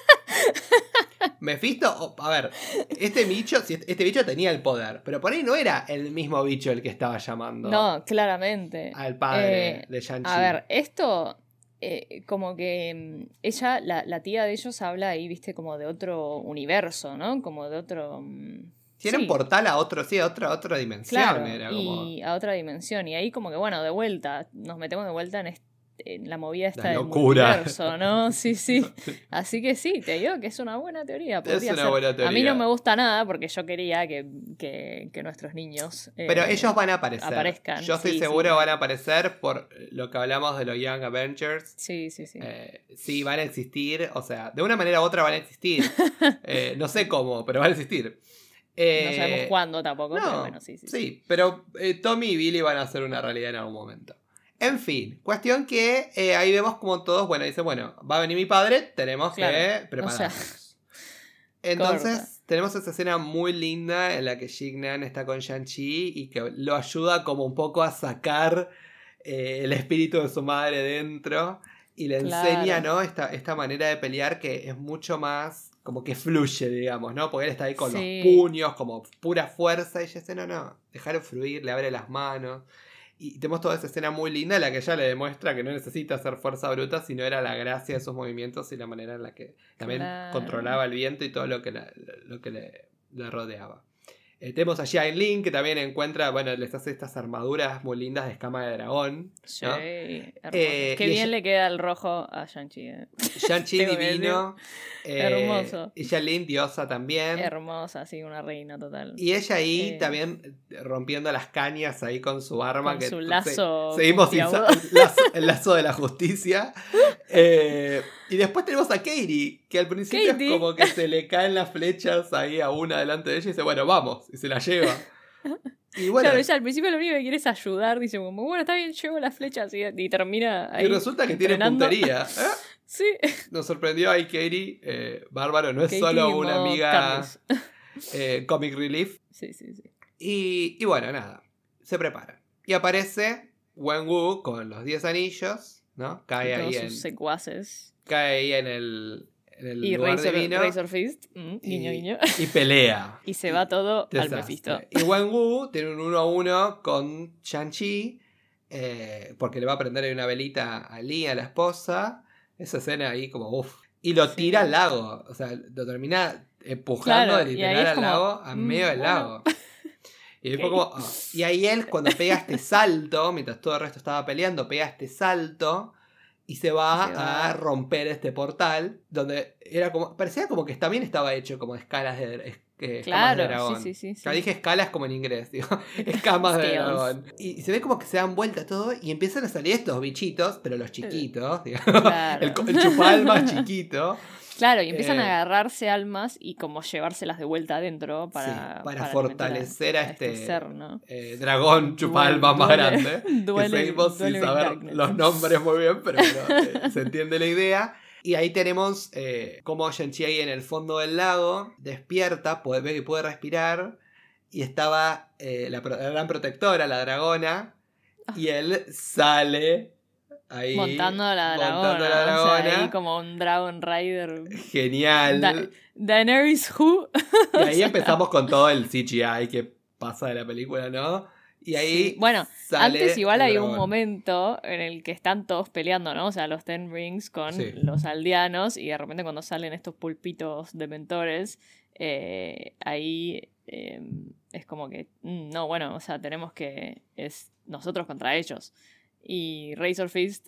Mephisto, a ver, este bicho tenía el poder, pero por ahí no era el mismo bicho el que estaba llamando No, claramente. al padre de Shang-Chi. A ver, esto, como que ella, la tía de ellos habla ahí, viste, como de otro universo, ¿no? Como de otro... Tiene un sí, portal a otra dimensión. claro, Era como y a otra dimensión. Y ahí como que, bueno, de vuelta, nos metemos de vuelta en la movida esta La del locura. multiverso, ¿no? Sí, sí. Así que sí, te digo que es una buena teoría. Podría una ser. buena teoría. A mí no me gusta nada porque yo quería que nuestros niños Pero ellos van a aparecer. aparezcan. Yo estoy Sí, seguro sí. van a aparecer por lo que hablamos de los Young Avengers. Sí, sí, sí. Sí, van a existir. O sea, de una manera u otra van a existir. No sé cómo, pero van a existir. No sabemos cuándo tampoco, no, pero bueno, sí. Sí, pero Tommy y Billy van a ser una realidad en algún momento. En fin, cuestión que ahí vemos como todos, bueno, dicen, bueno, va a venir mi padre, tenemos que prepararnos. O sea, entonces, corta. tenemos esa escena muy linda en la que Jignan está con Shang-Chi y que lo ayuda como un poco a sacar el espíritu de su madre dentro y le enseña, ¿no? Esta manera de pelear que es mucho más como que fluye, digamos, ¿no? Porque él está ahí con los puños, como pura fuerza, y ella dice, no, dejar fluir, le abre las manos. Y tenemos toda esa escena muy linda en la que ella le demuestra que no necesita hacer fuerza bruta, sino era la gracia de sus movimientos y la manera en la que también controlaba el viento y todo lo que le rodeaba. Tenemos a Xian Lin, que también encuentra, bueno, les hace estas armaduras muy lindas de escama de dragón. Sí, ¿no? Qué bien le queda el rojo a Shang-Chi. Shang-Chi divino. Hermoso. Y Xian Lin, diosa también. Hermosa, sí, una reina total. Y ella ahí también rompiendo las cañas ahí con su arma. Con que su lazo. Seguimos sin el lazo de la justicia. Y después tenemos a Katie, que al principio es como que se le caen las flechas ahí a una delante de ella y dice, bueno, vamos, y se la lleva. Y bueno, claro, ella al principio lo único que quiere es ayudar, dice como, bueno, está bien, llevo las flechas y termina ahí. Y resulta que entrenando. Tiene puntería. Sí. Nos sorprendió ahí Katie, bárbaro, no es Katie solo una amiga comic relief. Sí. Y bueno, nada, se preparan. Y aparece Wenwu con los 10 anillos, ¿no? Cae ahí sus secuaces. Cae ahí en el y lugar divino. Razor Fist, guiño, guiño. Y pelea. Y se va todo al Mephisto. Y Wenwu tiene un 1-1 con Shang-Chi, porque le va a prender ahí una velita a Lee, a la esposa. Esa escena ahí como uff. Y lo tira al lago. O sea, lo termina empujando de literal al lago, a medio del lago. Y, y ahí él cuando pega este salto, mientras todo el resto estaba peleando, pega este salto y se va a romper este portal, donde era como parecía como que también estaba hecho como de escalas de escamas de dragón. Sí. Ya dije escalas como en inglés, digo, escamas de dragón. Y se ve como que se dan vuelta todo y empiezan a salir estos bichitos, pero los chiquitos, digamos, claro. el chupalmas chiquito. Claro, y empiezan a agarrarse almas y como llevárselas de vuelta adentro para fortalecer a este ser, ¿no? Dragón chupalmas más grande. Que seguimos sin saber los nombres muy bien, pero bueno, se entiende la idea. Y ahí tenemos como Shang-Chi ahí en el fondo del lago despierta, ve que puede respirar. Y estaba la gran protectora, la dragona. Y él sale ahí montando a la dragona. O sea, ahí como un Dragon Rider. Genial. Daenerys Who. Y ahí empezamos con todo el CGI que pasa de la película, ¿no? Y ahí bueno, antes igual hay un momento en el que están todos peleando, ¿no? O sea, los Ten Rings con los aldeanos y de repente cuando salen estos pulpitos de mentores, ahí es como que, no, bueno, o sea, tenemos que, es nosotros contra ellos. Y Razor Fist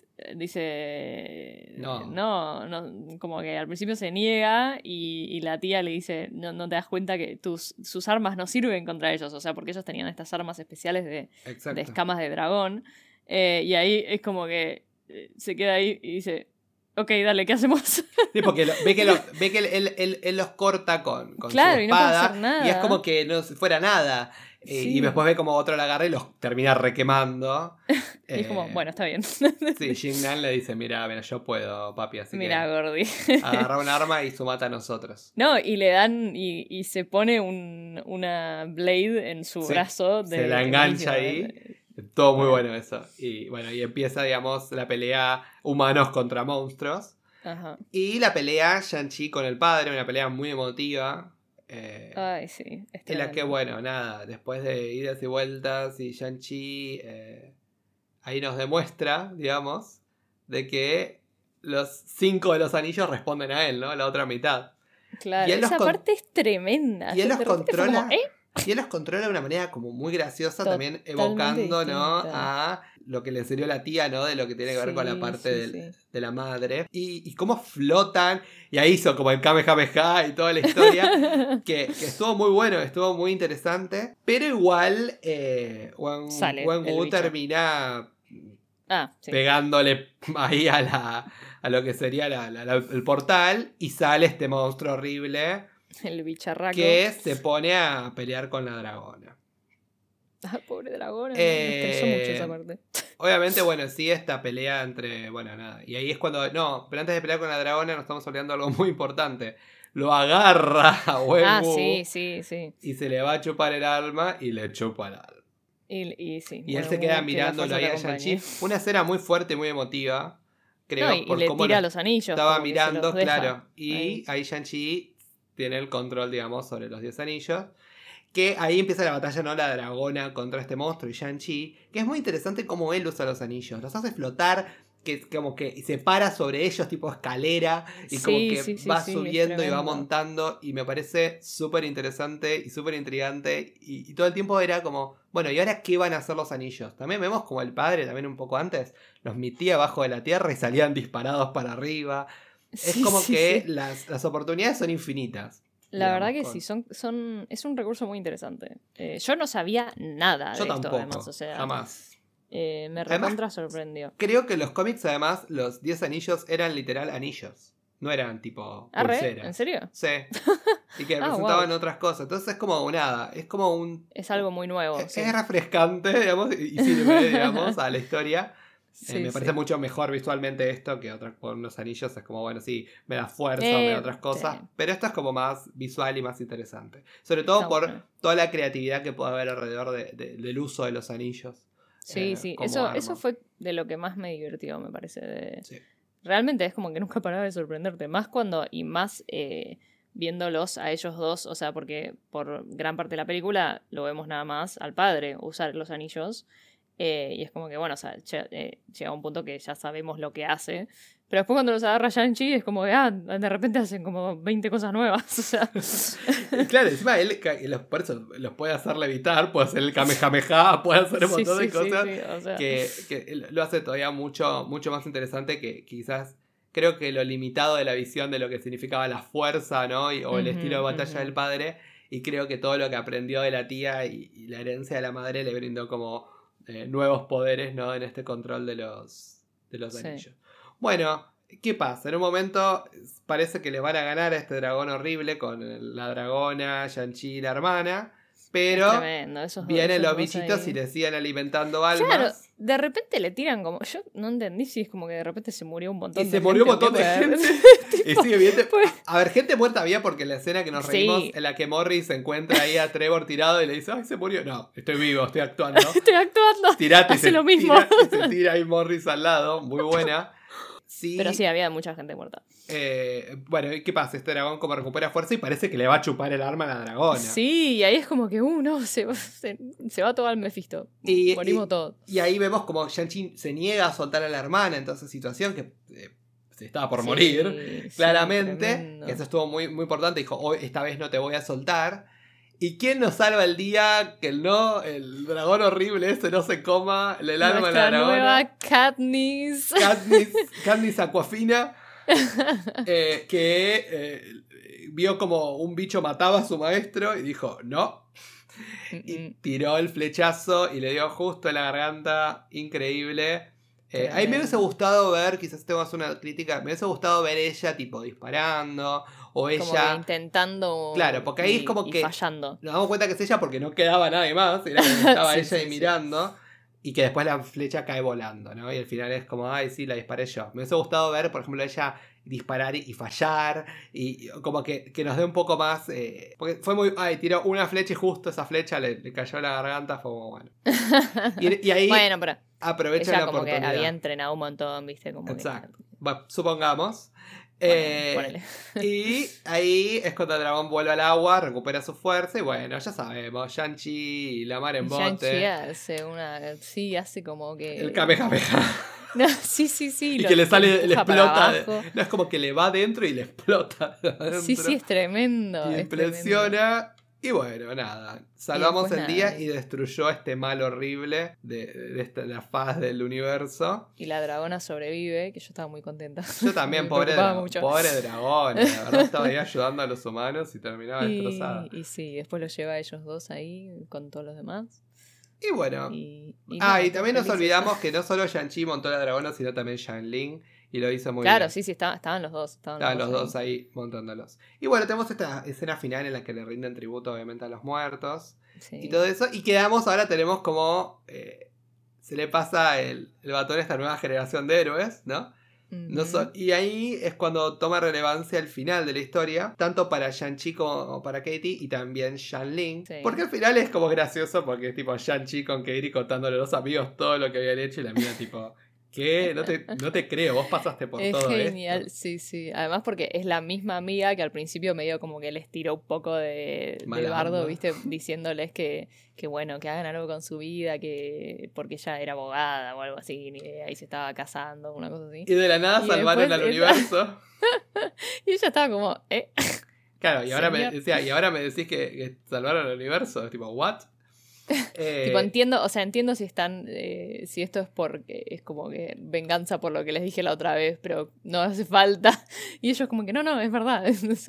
dice no, como que al principio se niega y la tía le dice no te das cuenta que sus armas no sirven contra ellos, o sea, porque ellos tenían estas armas especiales de escamas de dragón Y ahí es como que se queda ahí y dice, ok, dale, ¿qué hacemos? Sí, porque ve que él los corta con claro, su y no puede espada hacer nada. y es como que no fuera nada. Sí. Y después ve como otro la agarra y los termina requemando. Y es como, bueno, está bien. Sí, Jin-Nan le dice, mira, yo puedo, papi, así Mira, que Gordi. agarra un arma y su mata a nosotros. No, y le dan, y se pone una blade en su brazo. Se la engancha ahí. Todo muy bueno eso. Y bueno, y empieza, digamos, la pelea humanos contra monstruos. Ajá. Y la pelea Shang-Chi con el padre, una pelea muy emotiva. Ay, sí. En la que, bueno, nada, después de idas y vueltas y Shang-Chi ahí nos demuestra, digamos, de que los 5 de los anillos responden a él, ¿no? La otra mitad. Claro, esa parte es tremenda. Y él los controla. Como, Y él los controla de una manera como muy graciosa, también evocando, ¿no? A lo que le enseñó la tía, ¿no? De lo que tiene que ver con la parte de la madre. Y cómo flotan. Y ahí hizo como el Kamehameha y toda la historia. que estuvo muy bueno, estuvo muy interesante. Pero igual, Wenwu termina pegándole ahí a lo que sería el portal. Y sale este monstruo horrible. El bicharraco. Que se pone a pelear con la dragona. Ah, pobre dragona. Me estresó mucho esa parte. Obviamente, bueno, sí, esta pelea entre. Bueno, nada. Y ahí es cuando. No, pero antes de pelear con la dragona nos estamos olvidando algo muy importante. Lo agarra a Wenwu. Ah, sí. Y se le va a chupar el alma y le chupa el alma. Y él se queda mirándolo ahí a Shang-Chi. Una escena muy fuerte y muy emotiva. Creo. No, y le tira los anillos. Estaba mirando, claro. Y ahí Shang-Chi tiene el control, digamos, sobre los 10 anillos. Que ahí empieza la batalla, ¿no? La dragona contra este monstruo y Shang-Chi. Que es muy interesante cómo él usa los anillos. Los hace flotar, que como que se para sobre ellos tipo escalera. Y como que va subiendo y va montando. Y me parece súper interesante y súper intrigante. Y todo el tiempo era como, bueno, ¿y ahora qué van a hacer los anillos? También vemos como el padre, también un poco antes, los metía abajo de la tierra y salían disparados para arriba. Es como que las oportunidades son infinitas. La verdad que sí, es un recurso muy interesante. Yo no sabía nada de esto, además. O sea, jamás. Me recontra sorprendió. Creo que en los cómics, además, los 10 anillos eran literal anillos. No eran tipo pulseras. ¿En serio? Sí. Y que representaban otras cosas. Entonces es como nada. Es como un... Es algo muy nuevo. Es refrescante, digamos, y sirve, digamos, a la historia. Me parece mucho mejor visualmente esto que con unos anillos. Es como, bueno, sí, me da fuerza, me da otras cosas. Sí. Pero esto es como más visual y más interesante. Sobre todo por toda la creatividad que puede haber alrededor del uso de los anillos. Sí. Eso fue de lo que más me divirtió, me parece. Realmente es como que nunca paraba de sorprenderte. Más cuando, y más viéndolos a ellos dos. O sea, porque por gran parte de la película lo vemos nada más al padre usar los anillos. Y es como que, bueno, o sea, llega un punto que ya sabemos lo que hace. Pero después cuando los agarra Shang-Chi es como que, de repente hacen como 20 cosas nuevas. O sea. Claro, encima él por eso los puede hacer levitar, puede hacer el Kamehameha, puede hacer un montón de cosas. O sea. que lo hace todavía mucho, mucho más interesante que quizás. Creo que lo limitado de la visión de lo que significaba la fuerza, ¿no? O el estilo de batalla del padre. Y creo que todo lo que aprendió de la tía y la herencia de la madre le brindó como nuevos poderes, ¿no? En este control de los anillos. Bueno, ¿qué pasa? En un momento parece que le van a ganar a este dragón horrible con la dragona, Shang-Chi y la hermana. Pero vienen los bichitos y le siguen alimentando almas. Claro, de repente le tiran como... Yo no entendí si es como que de repente se murió un montón de gente. Y se murió un montón de gente. Y sigue bien. A ver, gente muerta había porque la escena que nos reímos en la que Morris se encuentra ahí a Trevor tirado y le dice, ¡ay, se murió! No, estoy vivo, estoy actuando. Estoy actuando. Tirate, hace lo mismo. Y se tira ahí Morris al lado. Muy buena. Sí. Pero sí, había mucha gente muerta. Bueno, ¿qué pasa? Este dragón como recupera fuerza y parece que le va a chupar el arma a la dragona. Sí, y ahí es como que, no, se va todo al Mephisto. Morimos todos. Y ahí vemos como Shang-Chi se niega a soltar a la hermana en toda esa situación que se estaba por morir, claramente. Eso estuvo muy, muy importante. Dijo, hoy esta vez no te voy a soltar. ¿Y quién nos salva el día que el dragón horrible ese no se coma el alma de la dragona? Nueva Katniss. Katniss Aquafina. Que vio como un bicho mataba a su maestro y dijo, no, Y tiró el flechazo y le dio justo en la garganta. Increíble. A mí me hubiese gustado ver, quizás tengo una crítica, me hubiese gustado ver ella tipo disparando o ella... Como que intentando, claro, porque ahí es como que fallando. nos damos cuenta que es ella porque no quedaba nadie más, era como estaba Sí, ella ahí sí. mirando y que después la flecha cae volando, ¿no? Y al final es como, ay, sí, la disparé yo. Me hubiese gustado ver, por ejemplo, ella disparar y fallar y como que nos dé un poco más... porque fue muy... Ay, tiró una flecha y justo esa flecha le cayó en la garganta, fue como bueno. Y ahí... Bueno, pero aprovecha ella la como oportunidad. que había entrenado un montón, ¿viste? Como exacto. Bueno, supongamos. Ponele. Y ahí es cuando el dragón vuelve al agua, recupera su fuerza y bueno, ya sabemos, Shang-Chi y la mar en bote. Shang-Chi hace una... Sí, hace como que... El Kamehameha. No, sí. Y que le sale, le explota. No, es como que le va adentro y le explota adentro. Sí, es tremendo. Y impresiona. Y bueno, nada. Salvamos el día y destruyó a este mal horrible de la faz del universo. Y la dragona sobrevive, que yo estaba muy contenta. Yo también, pobre dragón. La verdad estaba ahí ayudando a los humanos y terminaba destrozada. Y sí, después lo lleva a ellos dos ahí con todos los demás. Y bueno. Y también nos olvidamos que no solo Shang-Chi montó la dragona, sino también Xianling. Y lo hizo muy bien. Claro, sí, estaban los dos. Estaban los dos ahí montándolos. Y bueno, tenemos esta escena final en la que le rinden tributo obviamente a los muertos. Sí. Y todo eso. Y ahora tenemos como... se le pasa el batón a esta nueva generación de héroes, ¿no? Y ahí es cuando toma relevancia el final de la historia, tanto para Shang-Chi como para Katie y también Xianling. Sí. Porque al final es como gracioso porque es tipo Shang-Chi con Katie contándole a los amigos todo lo que habían hecho y la mina tipo... ¿Qué? No te creo, vos pasaste por todo esto. Es genial, sí. Además porque es la misma amiga que al principio medio como que les tiró un poco de bardo, ¿viste? Diciéndoles que bueno, que hagan algo con su vida, que porque ella era abogada o algo así, ni idea, y se estaba casando, una cosa así. Y de la nada salvaron al universo. Y ella estaba como, Claro, y ahora me decís que salvaron al universo. Tipo, ¿what? Tipo, entiendo si están si esto es porque es como que venganza por lo que les dije la otra vez, pero no hace falta. Y ellos como que no, es verdad.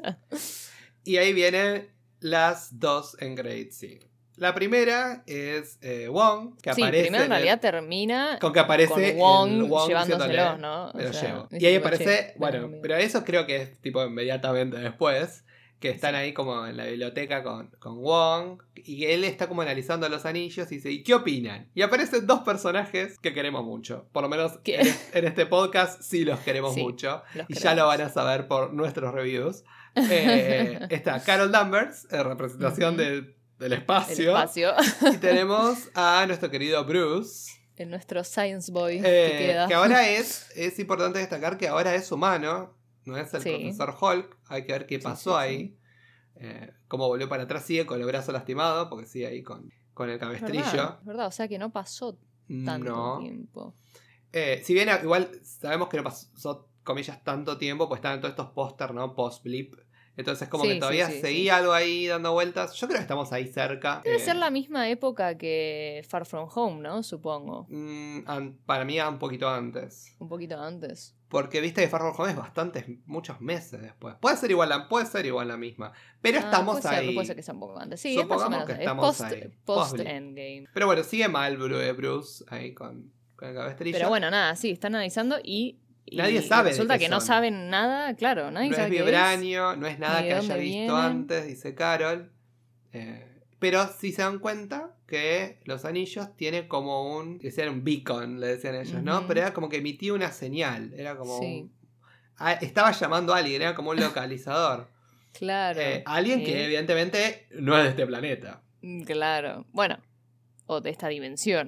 Y ahí vienen las dos en Grade C. La primera es Wong, que aparece. Primero en realidad termina con que aparece con Wong llevándoselos, ¿no? Me lo llevo. Y ahí aparece, pero eso creo que es tipo inmediatamente después. Que están ahí como en la biblioteca con Wong. Y él está como analizando los anillos y dice, ¿y qué opinan? Y aparecen dos personajes que queremos mucho. Por lo menos en este podcast sí los queremos mucho. Ya lo van a saber por nuestros reviews. Está Carol Danvers, en representación del espacio. Y tenemos a nuestro querido Bruce. En nuestro Science Boy que ahora es importante destacar que ahora es humano. No es el profesor Hulk, hay que ver qué pasó ahí. Cómo volvió para atrás, sigue con el brazo lastimado, porque sigue ahí con el cabestrillo. ¿Verdad? O sea que no pasó tanto tiempo. Si bien igual sabemos que no pasó, comillas, tanto tiempo, pues estaban todos estos póster, ¿no? Post-blip. Entonces como que todavía seguía algo ahí dando vueltas. Yo creo que estamos ahí cerca. Debe ser la misma época que Far From Home, ¿no? Supongo. Para mí un poquito antes. Un poquito antes. Porque viste que Far From Home es muchos meses después. Puede ser igual la misma. Pero estamos ahí. Puede ser que sea un poco antes. Sí, supongamos más o menos. Que estamos post-endgame. Pero bueno, sigue mal Bruce ahí con el cabestrillo. Pero bueno, nada, sí, están analizando y nadie sabe. Resulta que no saben nada, claro. Nadie sabe qué es vibranio, no es nada que haya visto antes, dice Carol. Pero sí se dan cuenta que los anillos tienen como decían un beacon, le decían ellos, ¿no? Pero era como que emitía una señal. Era como estaba llamando a alguien, era como un localizador. Claro. Alguien que evidentemente no es de este planeta. Claro. Bueno, o de esta dimensión.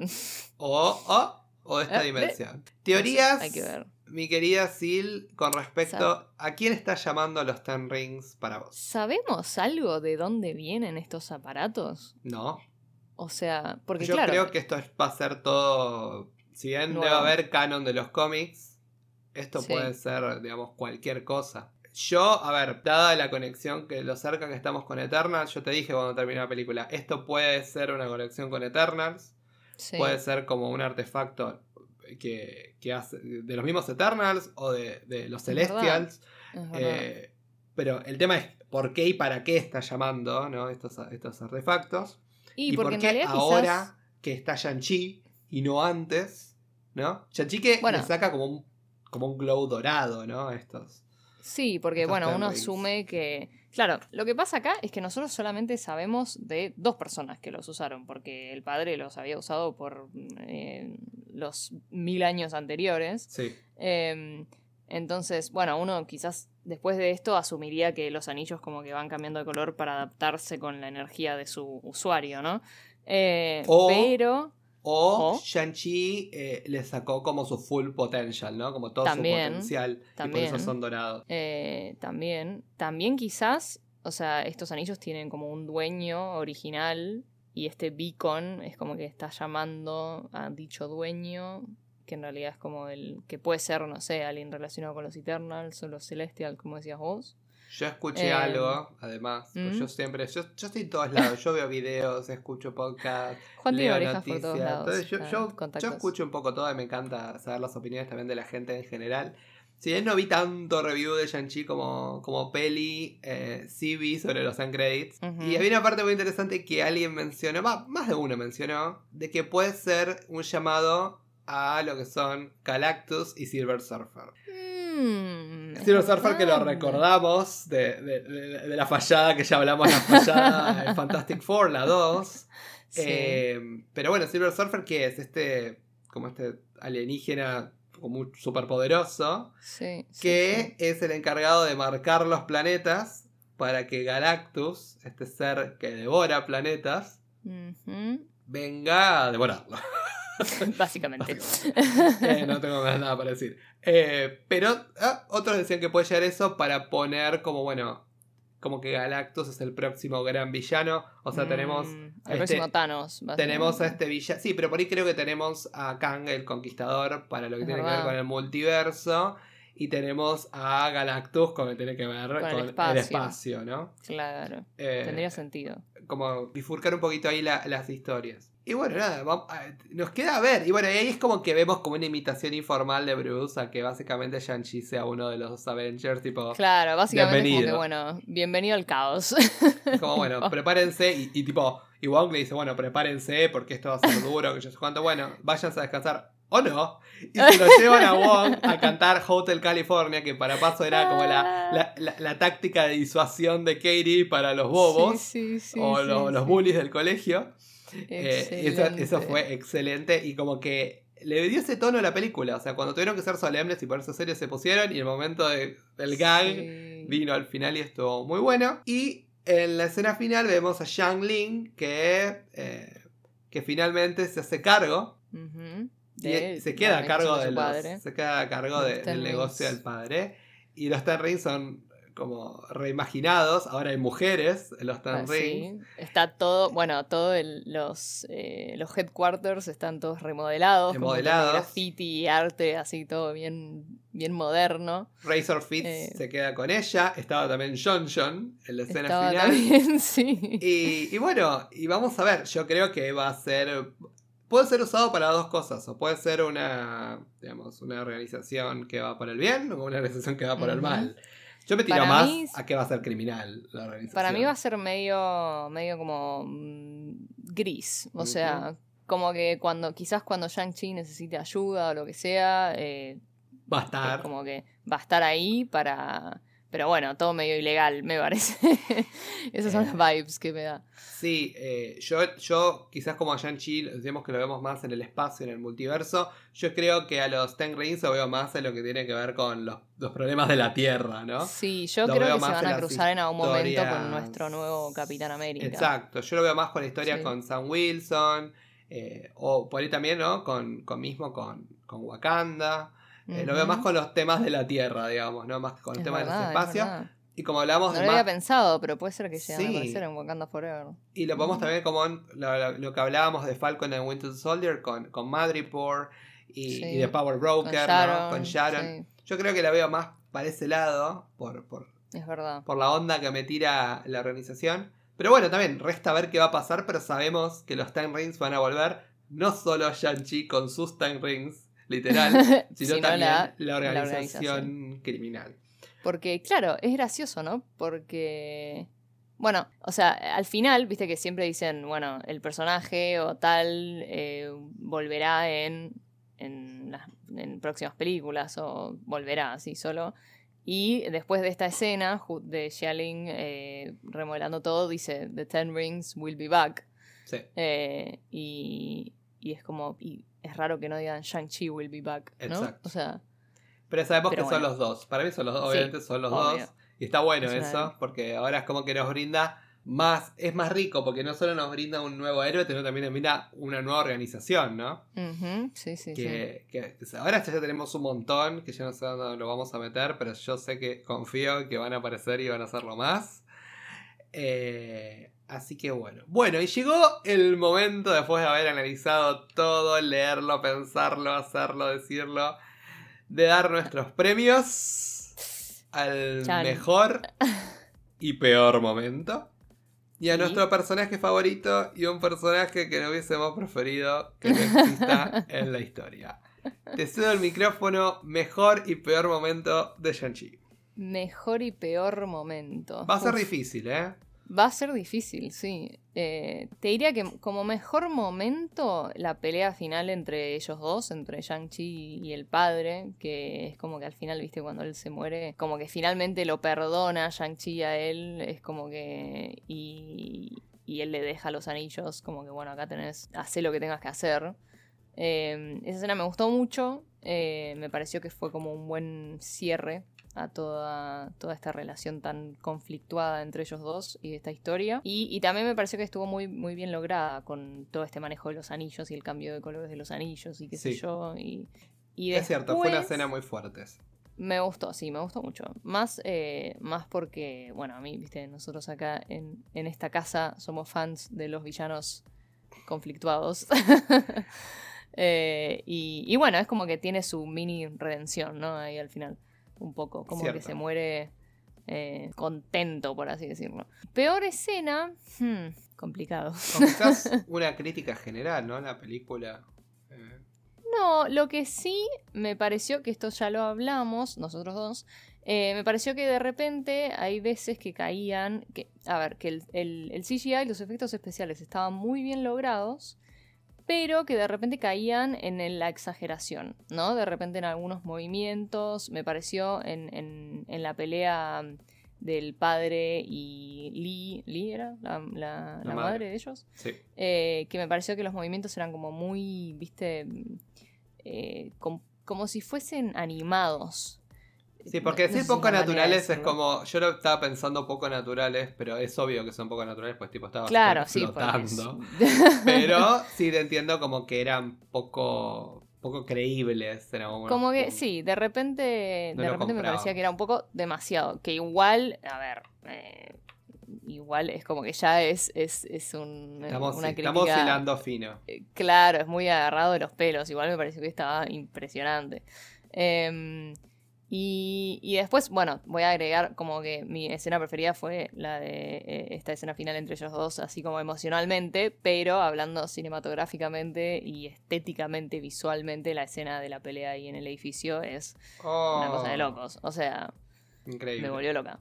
O de esta dimensión. Teorías. Hay que ver. Mi querida Sil, con respecto a quién está llamando a los Ten Rings para vos. ¿Sabemos algo de dónde vienen estos aparatos? No. O sea, porque yo creo que esto va a ser todo... Si bien debe haber canon de los cómics, esto puede ser, digamos, cualquier cosa. Yo, a ver, dada la conexión, lo cerca que estamos con Eternals, yo te dije cuando terminé la película, esto puede ser una conexión con Eternals, puede ser como un artefacto que hace de los mismos Eternals o de los Celestials. Pero el tema es por qué y para qué está llamando, ¿no? estos artefactos. Y ¿Y porque por en qué realidad ahora quizás... que está Shang-Chi y no antes, ¿no? Shang-Chi que Bueno, le saca como un glow dorado, ¿no? sí, porque Estos bueno, Ten uno Rings. asume que... Claro, lo que pasa acá es que nosotros solamente sabemos de 2 personas que los usaron, porque el padre los había usado por los 1000 años anteriores. Sí. Entonces, bueno, uno quizás después de esto asumiría que los anillos como que van cambiando de color para adaptarse con la energía de su usuario, ¿no? O, Pero... o O Shang-Chi le sacó como su full potential, ¿no? Como todo su también, potencial. Y por eso son dorados. también quizás, o sea, estos anillos tienen como un dueño original y este beacon es como que está llamando a dicho dueño, que en realidad es como el que puede ser, no sé, alguien relacionado con los Eternals o los Celestials, como decías vos. Yo escuché Eh, algo, además, pues ¿Mm? yo estoy en todos lados, yo veo videos, escucho podcasts, Juan tiene leo orejas por todos noticias, entonces lados, yo contactos. escucho un poco todo y me encanta saber las opiniones también de la gente en general. Si bien no vi tanto review de Shang-Chi como peli, sí vi sobre los end credits. Y Ujú. había una parte muy interesante que alguien mencionó, más de uno mencionó, de que puede ser un llamado a lo que son Galactus y Silver Surfer. Es Silver Surfer que lo verdad. recordamos de la fallada que ya hablamos, la fallada en Fantastic Four, la 2. Sí, Pero bueno, Silver Surfer que es como este alienígena como súper poderoso, sí, sí, sí. que es el encargado de marcar los planetas para que Galactus, este ser que devora planetas, Ujú. venga a devorarlo. Básicamente. No tengo más nada para decir. Pero otros decían que puede llegar eso para poner como, bueno, como que Galactus es el próximo gran villano. O sea, El próximo Thanos, tenemos a básicamente. este villano. Sí, pero por ahí creo que tenemos a Kang el Conquistador para lo que Es tiene que ver con verdad. el multiverso. Y tenemos a Galactus con lo que tiene que ver Con el con el espacio. espacio, ¿no? Claro. Eh, Tendría sentido. Como bifurcar un poquito ahí las historias. Y bueno, nada, nos queda ver. Y bueno, ahí es como que vemos como una imitación informal de Bruce a que básicamente Shang-Chi sea uno de los Avengers, tipo, Claro, básicamente es como que, bienvenido. bueno, bienvenido al caos. Es como, bueno, Tipo, prepárense. Y tipo, y Wong le dice, bueno, prepárense porque esto va a ser duro, que yo sé cuánto. Bueno, váyanse a descansar. O no. Y se lo llevan a Wong a cantar Hotel California, que para paso era como la táctica de disuasión de Katie para los sí, bobos sí, sí, o sí, los sí. bullies del colegio. Eso Excelente. fue excelente y como que le dio ese tono a la película. O sea, cuando tuvieron que ser solemnes y ponerse serios se pusieron y el momento del gag Sí. vino al final y estuvo muy bueno. Y en la escena final vemos a Shang Ling que finalmente se hace cargo Ujú. y se La queda a cargo organización de su padre. se queda a cargo De los del Ten negocio del Rings. padre. Y los Ten Rings son como reimaginados. Ahora hay mujeres en los Ten Rings. Sí, está todo, bueno, los headquarters están todos remodelados, con un montón de Modelados. graffiti y arte, así todo bien, bien moderno. Razor Fitz Eh, se queda con ella. Estaba también John John en la escena Estaba final. también, sí. Y bueno, y vamos a ver. Yo creo que va a ser. Puede ser usado para dos cosas. O puede ser digamos, una organización que va por el bien o una organización que va por el Ujú. mal. Yo me tiro Para más mí, a que va a ser criminal la organización. para mí va a ser medio como gris. O sea, como que quizás cuando Shang-Chi necesite ayuda o lo que sea, Va a es estar. como que va a estar ahí para... Pero bueno, todo medio ilegal, me parece. Esas son las vibes que me da. Sí, yo quizás como a Shang-Chi, decimos que lo vemos más en el espacio, en el multiverso. Yo creo que a los Ten Rings lo veo más en lo que tiene que ver con los problemas de la Tierra, ¿no? Sí, yo Lo creo veo que se más van en a las cruzar en algún momento con historias. nuestro nuevo Capitán América. Exacto, yo lo veo más con la historia Sí. con Sam Wilson, o por ahí también, ¿no? Con Wakanda. Lo veo más Ujú. con los temas de la Tierra, digamos, ¿no? Más que con los Es temas de los verdad, es espacios. verdad. Y como hablamos No de lo había más. pensado, pero puede ser que lleguen a aparecer Sí, en Wakanda Forever. y lo podemos también como lo que hablábamos de Falcon and Winter Soldier con Madripoor y de Sí. Power Con Broker, ¿no? Con Sharon. sí, Yo creo que la veo más para ese lado, es verdad. por la onda que me tira la organización. Pero bueno, también resta ver qué va a pasar, pero sabemos que los Ten Rings van a volver. No solo Shang-Chi con sus Ten Rings, literal, sino Sino también la la organización organización. criminal. Porque, claro, es gracioso, ¿no? Porque Bueno, o sea, al final, viste que siempre dicen, bueno, el personaje o tal volverá en próximas películas o volverá así solo. Y después de esta escena de Xialing remodelando todo, dice, The Ten Rings will be back. Sí. Y es como, y es raro que no digan Shang-Chi will be back, ¿no? Exacto. O sea, pero sabemos que bueno. son los dos. Para mí son los dos, obviamente son los obvio. dos. Y está bueno Es eso, porque ahora es como que nos brinda más, es más rico, porque no solo nos brinda un nuevo héroe, sino también nos brinda una nueva organización, ¿no? Uh-huh. Sí. Que ahora ya tenemos un montón, que yo no sé dónde lo vamos a meter, pero yo sé que confío que van a aparecer y van a hacerlo más. Así que bueno. Bueno, y llegó el momento, después de haber analizado todo, leerlo, pensarlo, hacerlo, decirlo, de dar nuestros premios al mejor y peor momento. Y a nuestro personaje favorito y un personaje que no hubiésemos preferido que no exista en la historia. Te cedo el micrófono, mejor y peor momento de Shang-Chi. Mejor y peor momento. Va a ser difícil, ¿eh? Va a ser difícil, sí. Te diría que como mejor momento la pelea final entre ellos dos, entre Shang-Chi y el padre, que es como que al final, viste, cuando él se muere, como que finalmente lo perdona Shang-Chi a él, es como que... Y él le deja los anillos, como que bueno, acá tenés, hacé lo que tengas que hacer. Esa escena me gustó mucho, me pareció que fue como un buen cierre a toda esta relación tan conflictuada entre ellos dos y esta historia. Y también me pareció que estuvo muy, muy bien lograda con todo este manejo de los anillos y el cambio de colores de los anillos y qué sé yo. Y es cierto, fue una escena muy fuerte. Me gustó, sí, me gustó mucho. Más porque, bueno, a mí, viste, nosotros acá en esta casa somos fans de los villanos conflictuados. Y bueno, es como que tiene su mini redención, ¿no? Ahí al final. Un poco, como cierto. Que se muere contento, por así decirlo. Peor escena, complicado. Quizás una crítica general, ¿no? La película. No, lo que sí me pareció, que esto ya lo hablamos, nosotros dos, me pareció que de repente hay veces que caían, que el CGI y los efectos especiales estaban muy bien logrados, pero que de repente caían en la exageración, ¿no? De repente en algunos movimientos, me pareció en la pelea del padre y Lee ¿era? La madre de ellos. Sí. Que me pareció que los movimientos eran como muy, viste, como si fuesen animados. Sí, porque decir poco naturales es como... Yo lo estaba pensando poco naturales, pero es obvio que son poco naturales, pues tipo estaba flotando. Pero sí te entiendo como que eran poco creíbles. Como que sí, de repente me parecía que era un poco demasiado. Que igual, a ver... igual es como que ya es una crítica... Estamos hilando fino. Claro, es muy agarrado de los pelos. Igual me pareció que estaba impresionante. Y después, bueno, voy a agregar como que mi escena preferida fue la de esta escena final entre ellos dos, así como emocionalmente, pero hablando cinematográficamente y estéticamente, visualmente, la escena de la pelea ahí en el edificio es una cosa de locos. O sea, increíble. Me volvió loca.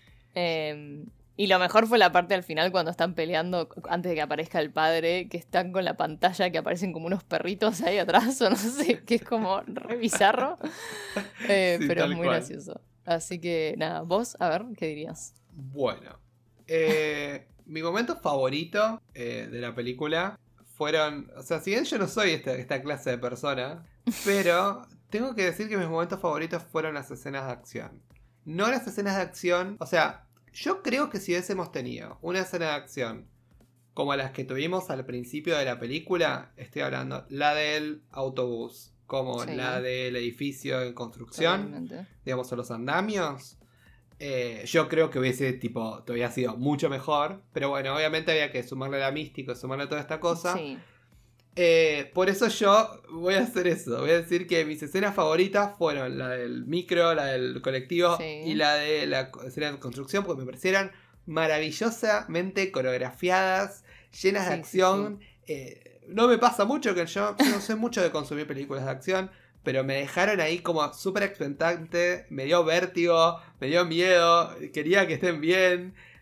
Y lo mejor fue la parte al final cuando están peleando antes de que aparezca el padre, que están con la pantalla, que aparecen como unos perritos ahí atrás, o no sé, que es como re bizarro. Sí, pero es muy gracioso. Así que nada, vos, a ver, ¿qué dirías? Bueno, mi momento favorito de la película fueron... O sea, si bien yo no soy esta clase de persona, pero tengo que decir que mis momentos favoritos fueron las escenas de acción. No las escenas de acción, o sea... Yo creo que si hubiésemos tenido una escena de acción como las que tuvimos al principio de la película, estoy hablando la del autobús, como la del edificio en construcción, totalmente. Digamos, o los andamios, yo creo que todavía sido mucho mejor, pero bueno, obviamente había que sumarle la mística, sumarle toda esta cosa. Sí. Por eso yo voy a hacer eso. Voy a decir que mis escenas favoritas fueron la del micro, la del colectivo y la de la escena de construcción, porque me parecieron maravillosamente coreografiadas, llenas de acción. No me pasa mucho que yo no sé mucho de consumir películas de acción, pero me dejaron ahí como súper expectante, me dio vértigo, me dio miedo, quería que estén bien.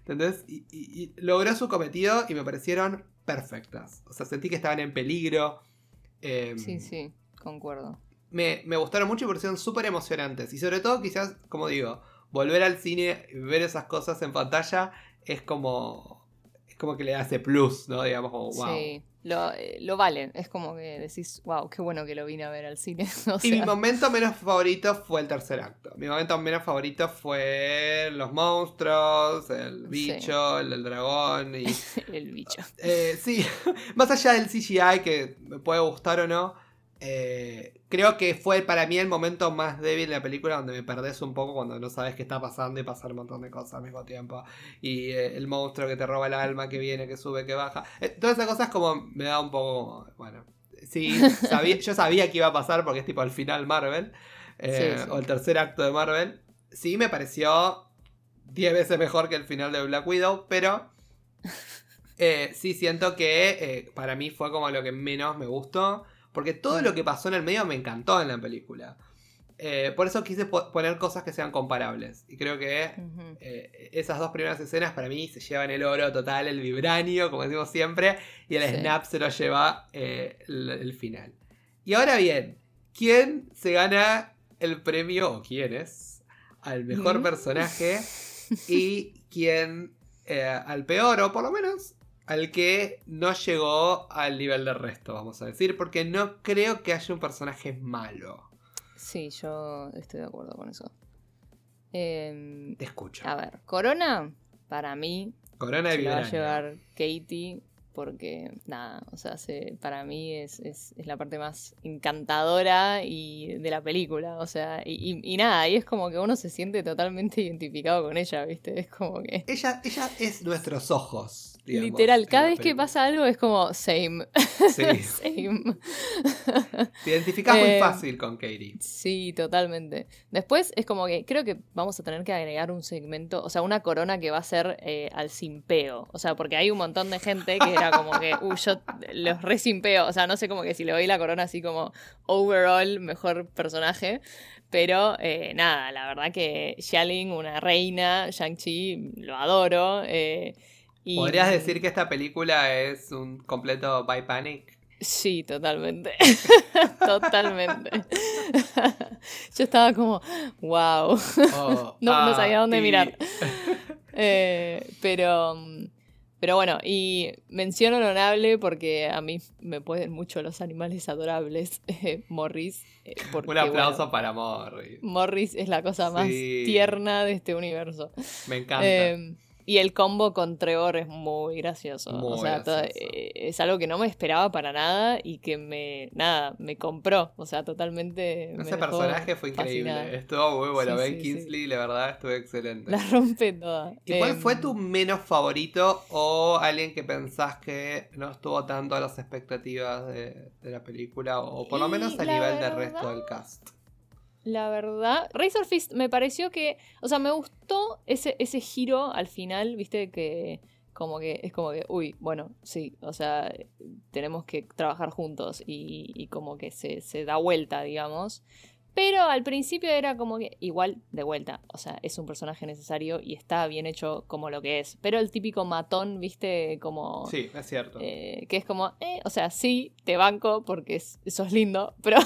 ¿Entendés? Y logró su cometido y me parecieron perfectas. O sea, sentí que estaban en peligro. Sí, concuerdo. Me gustaron mucho y me parecieron súper emocionantes. Y sobre todo, quizás, como digo, volver al cine y ver esas cosas en pantalla es como que le hace plus, ¿no? Digamos, como wow. Sí, lo vale. Es como que decís, wow, qué bueno que lo vine a ver al cine. O sea... Y mi momento menos favorito fue el tercer acto. Mi momento menos favorito fue los monstruos, el bicho, el dragón y... el bicho. Sí, más allá del CGI que me puede gustar o no, creo que fue para mí el momento más débil de la película, donde me perdés un poco cuando no sabes qué está pasando y pasan un montón de cosas al mismo tiempo. Y el monstruo que te roba el alma, que viene, que sube, que baja. Todas esas cosas como me da un poco... Bueno, sí, yo sabía que iba a pasar porque es tipo el final Marvel. Sí. O el tercer acto de Marvel. Sí, me pareció 10 veces mejor que el final de Black Widow, pero... sí siento que para mí fue como lo que menos me gustó. Porque todo lo que pasó en el medio me encantó en la película. Por eso quise poner cosas que sean comparables. Y creo que esas dos primeras escenas para mí se llevan el oro total, el vibranio, como decimos siempre. Y el snap se lo lleva el final. Y ahora bien, ¿quién se gana el premio, o quién es, al mejor personaje? Y quién al peor, o por lo menos... al que no llegó al nivel del resto, vamos a decir, porque no creo que haya un personaje malo. Sí, yo estoy de acuerdo con eso. Te escucho. A ver, Corona, para mí, Corona se la va a llevar Katie, porque nada, o sea, para mí es la parte más encantadora de la película, o sea, y nada, y es como que uno se siente totalmente identificado con ella, ¿viste? Es como que... Ella es nuestros ojos. Digamos, literal, cada vez que pasa algo es como same. Sí. Same. Te identificás muy fácil con Katie. Sí, totalmente. Después es como que creo que vamos a tener que agregar un segmento, o sea, una corona que va a ser al simpeo. O sea, porque hay un montón de gente que era como que, yo los re simpeo. O sea, no sé, como que si le doy la corona así como overall mejor personaje. Pero nada, la verdad que Xialing, una reina, Shang-Chi, lo adoro. ¿Podrías decir que esta película es un completo by panic? Sí, totalmente. Totalmente. Yo estaba como, wow. No sabía dónde mirar. Pero bueno, y mención honorable porque a mí me pueden mucho los animales adorables. Morris. Un aplauso para Morris. Morris es la cosa más tierna de este universo. Me encanta. Y el combo con Trevor es muy gracioso. Muy gracioso. Es algo que no me esperaba para nada y que me compró. O sea, totalmente. Ese personaje fue increíble. Fascinada. Estuvo muy bueno. Ben Kingsley, la verdad, estuvo excelente. La rompe toda. ¿Y cuál fue tu menos favorito o alguien que pensás que no estuvo tanto a las expectativas de la película? O por lo menos a nivel del resto del cast. La verdad, Razor Fist me pareció que, o sea, me gustó ese giro al final, viste, que como que es como que, uy, bueno, sí, o sea, tenemos que trabajar juntos y como que se da vuelta, digamos. Pero al principio era como que, igual, de vuelta, o sea, es un personaje necesario y está bien hecho como lo que es. Pero el típico matón, viste, como... Sí, es cierto. Que es como, o sea, sí, te banco porque sos lindo, pero...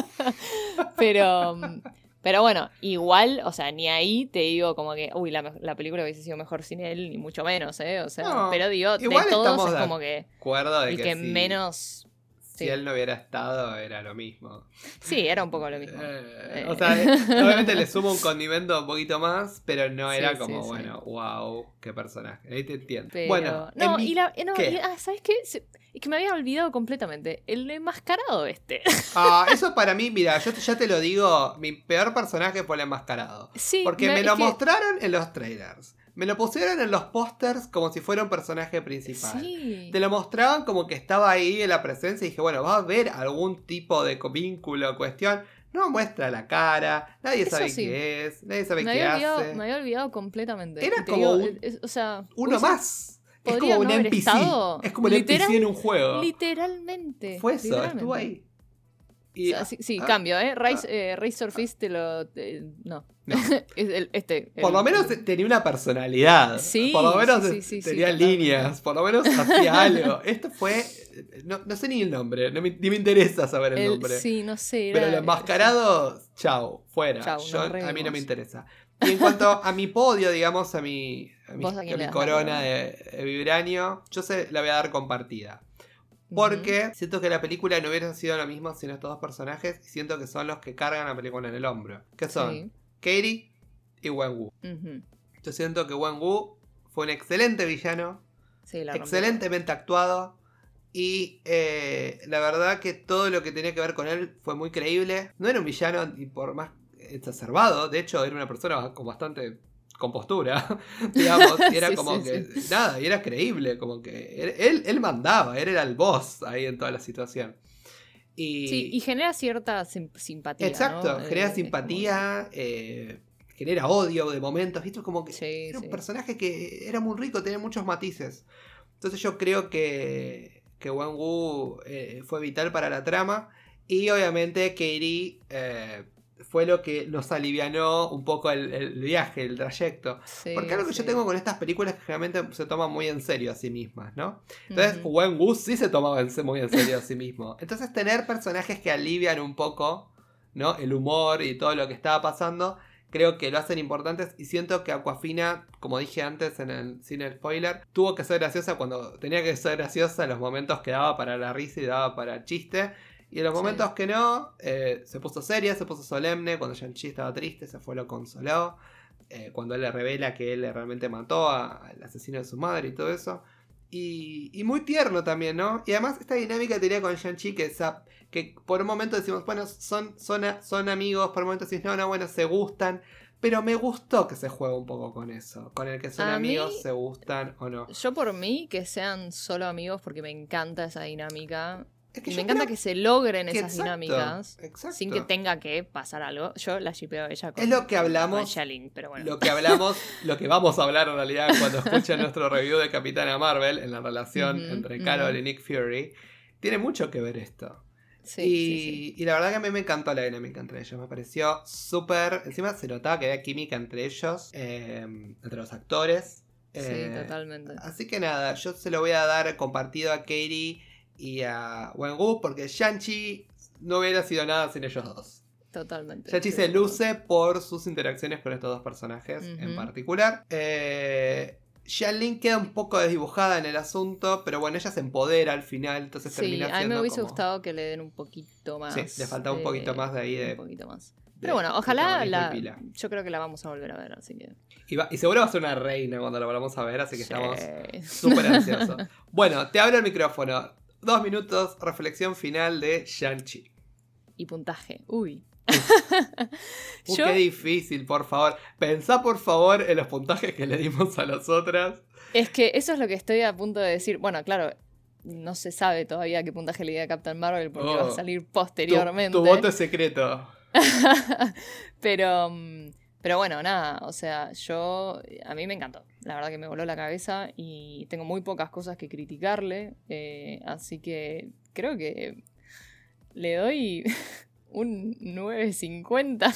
pero bueno, igual, o sea, ni ahí te digo como que, uy, la película hubiese sido mejor sin él, ni mucho menos, o sea, no, pero digo, de todos es como que... De el que sí. menos... Si él no hubiera estado, era lo mismo. Sí, era un poco lo mismo. O sea, obviamente le sumo un condimento un poquito más, pero no era como, bueno, wow, qué personaje. Ahí te entiendo. Pero, bueno, no, ¿sabes qué? Es que me había olvidado completamente. El enmascarado este. Eso para mí, mira, yo ya te lo digo, mi peor personaje fue el enmascarado. Sí, porque me lo mostraron en los trailers. Me lo pusieron en los pósters como si fuera un personaje principal. Sí. Te lo mostraban como que estaba ahí en la presencia y dije, bueno, va a haber algún tipo de vínculo o cuestión. No muestra la cara, nadie sabe qué es, nadie sabe qué hace. Me había olvidado completamente. Era como uno más. Es como un NPC. Es como un NPC en un juego. Literalmente. Fue eso, estuvo ahí. Y, sí, cambio, Razor Fist no. No. Por lo menos tenía una personalidad. Sí, por lo menos sí, tenía totalmente. líneas. Por lo menos hacía algo. Esto fue. No sé ni el nombre. Ni me interesa saber el nombre. Sí, no sé. Pero el enmascarado, chao, fuera. A mí no me interesa. Y en cuanto a mi podio, digamos, a mi corona de Vibranio, yo la voy a dar compartida. Porque siento que la película no hubiera sido lo mismo sin estos dos personajes. Y siento que son los que cargan la película en el hombro. Que son Katie y Wenwu. Yo siento que Wenwu fue un excelente villano. Sí, excelentemente actuado. Y la verdad que todo lo que tenía que ver con él fue muy creíble. No era un villano y por más exacerbado. De hecho, era una persona con bastante compostura, digamos. Y era nada, y era creíble. Como que él mandaba, él era el boss ahí en toda la situación. Y genera cierta simpatía. Exacto, ¿no? genera simpatía, genera odio de momentos. ¿Viste? Como que era un personaje que era muy rico, tenía muchos matices. Entonces yo creo que Wenwu fue vital para la trama. Y obviamente Katie fue lo que nos alivianó un poco el viaje, el trayecto. Porque algo que yo tengo con estas películas es que generalmente se toman muy en serio a sí mismas, ¿no? Entonces Wenwu sí se tomaba muy en serio a sí mismo. Entonces tener personajes que alivian un poco, ¿no?, el humor y todo lo que estaba pasando, creo que lo hacen importantes. Y siento que Awkwafina, como dije antes sin el spoiler, tuvo que ser graciosa cuando tenía que ser graciosa en los momentos que daba para la risa y daba para el chiste. Y en los momentos que no, se puso seria, se puso solemne. Cuando Shang-Chi estaba triste, se fue, lo consoló. Cuando él le revela que él realmente mató al asesino de su madre y todo eso. Y muy tierno también, ¿no? Y además esta dinámica que tenía con Shang-Chi, que por un momento decimos, bueno, son amigos, por un momento decimos, no, bueno, se gustan. Pero me gustó que se juegue un poco con eso. Con el que son amigos, se gustan o no. Yo por mí, que sean solo amigos, porque me encanta esa dinámica. Y me encanta que se logren esas dinámicas sin que tenga que pasar algo. Yo la shippeo a ella con, es lo que hablamos, con Xialing, pero bueno. Lo que vamos a hablar en realidad cuando escuchen nuestro review de Capitana Marvel en la relación entre Carol y Nick Fury. Tiene mucho que ver esto. Y la verdad que a mí me encantó la dinámica entre ellos. Me pareció súper. Encima se notaba que había química entre ellos, entre los actores. Sí, totalmente. Así que nada, yo se lo voy a dar compartido a Katie y a Wenwu, porque Shang-Chi no hubiera sido nada sin ellos dos. Totalmente. Shang-Chi se luce por sus interacciones con estos dos personajes en particular. Xianling queda un poco desdibujada en el asunto, pero bueno, ella se empodera al final, entonces termina siendo. A mí me hubiese gustado que le den un poquito más. Sí, le falta un poquito más de ahí. Un poquito más. Pero bueno, ojalá yo creo que la vamos a volver a ver, así que. Y seguro va a ser una reina cuando la volvamos a ver, así que estamos súper ansiosos. Bueno, te abro el micrófono. 2 minutos, reflexión final de Shang-Chi. Y puntaje. Uy. Qué difícil, por favor. Pensá, por favor, en los puntajes que le dimos a las otras. Es que eso es lo que estoy a punto de decir. Bueno, claro, no se sabe todavía qué puntaje le di a Captain Marvel porque va a salir posteriormente. Tu voto es secreto. Pero bueno, nada, o sea, a mí me encantó. La verdad que me voló la cabeza y tengo muy pocas cosas que criticarle. Así que creo que le doy un 9.50.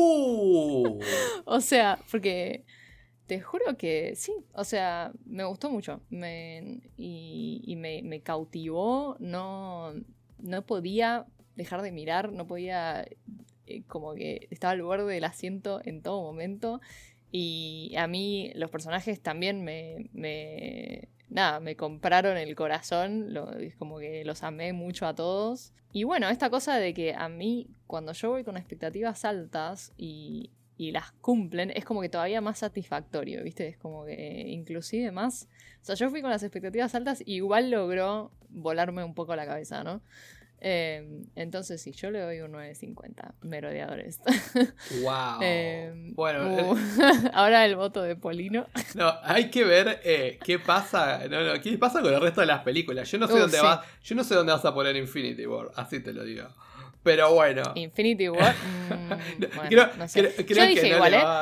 O sea, porque te juro que sí, o sea, me gustó mucho. Y me cautivó, no podía dejar de mirar, no podía... como que estaba al borde del asiento en todo momento. Y a mí los personajes también me compraron el corazón. Es como que los amé mucho a todos. Y bueno, esta cosa de que a mí, cuando yo voy con expectativas altas y las cumplen, es como que todavía más satisfactorio, ¿viste? Es como que inclusive más... O sea, yo fui con las expectativas altas y igual logró volarme un poco la cabeza, ¿no? Entonces sí, yo le doy un 9.50 merodeadores. Wow. Bueno, ahora el voto de Polino. No, hay que ver qué pasa. ¿Qué pasa con el resto de las películas? Yo no sé dónde vas. Yo no sé dónde vas a poner Infinity War, así te lo digo. Pero bueno. Infinity War. Creo no sé. Yo dije que igual,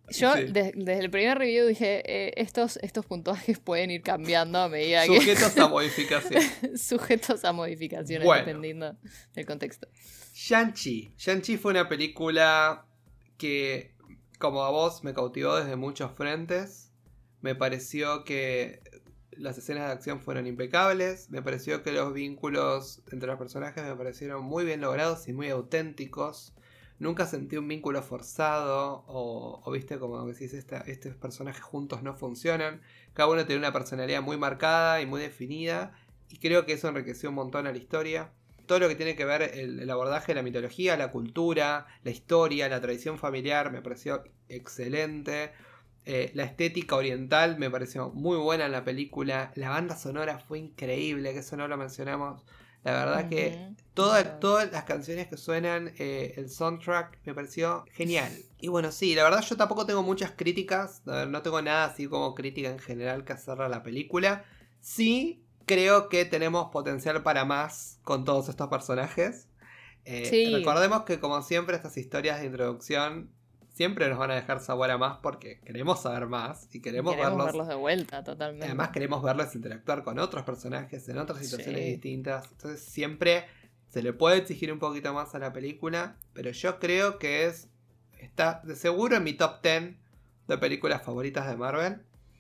Yo Sí. desde el primer review dije, estos puntajes pueden ir cambiando a medida que... Sujetos a modificación. Sujetos a modificaciones, Bueno. dependiendo del contexto. Shang-Chi. Shang-Chi fue una película que, como a vos, me cautivó desde muchos frentes. Me pareció que las escenas de acción fueron impecables. Me pareció que los vínculos entre los personajes me parecieron muy bien logrados y muy auténticos. Nunca sentí un vínculo forzado o viste como que decís, estos personajes juntos no funcionan. Cada uno tiene una personalidad muy marcada y muy definida. Y creo que eso enriqueció un montón a la historia. Todo lo que tiene que ver el abordaje de la mitología, la cultura, la historia, la tradición familiar me pareció excelente. La estética oriental me pareció muy buena en la película. La banda sonora fue increíble, que eso no lo mencionamos. La verdad que todas las canciones que suenan, el soundtrack me pareció genial. Y bueno, sí, la verdad yo tampoco tengo muchas críticas. A ver, no tengo nada así como crítica en general que hacerle a la película. Sí, creo que tenemos potencial para más con todos estos personajes. Sí. Recordemos que como siempre estas historias de introducción siempre nos van a dejar sabor a más porque queremos saber más y queremos verlos de vuelta, totalmente. Además queremos verlos interactuar con otros personajes en otras situaciones distintas. Entonces siempre se le puede exigir un poquito más a la película, pero yo creo que está de seguro en mi top 10 de películas favoritas de Marvel.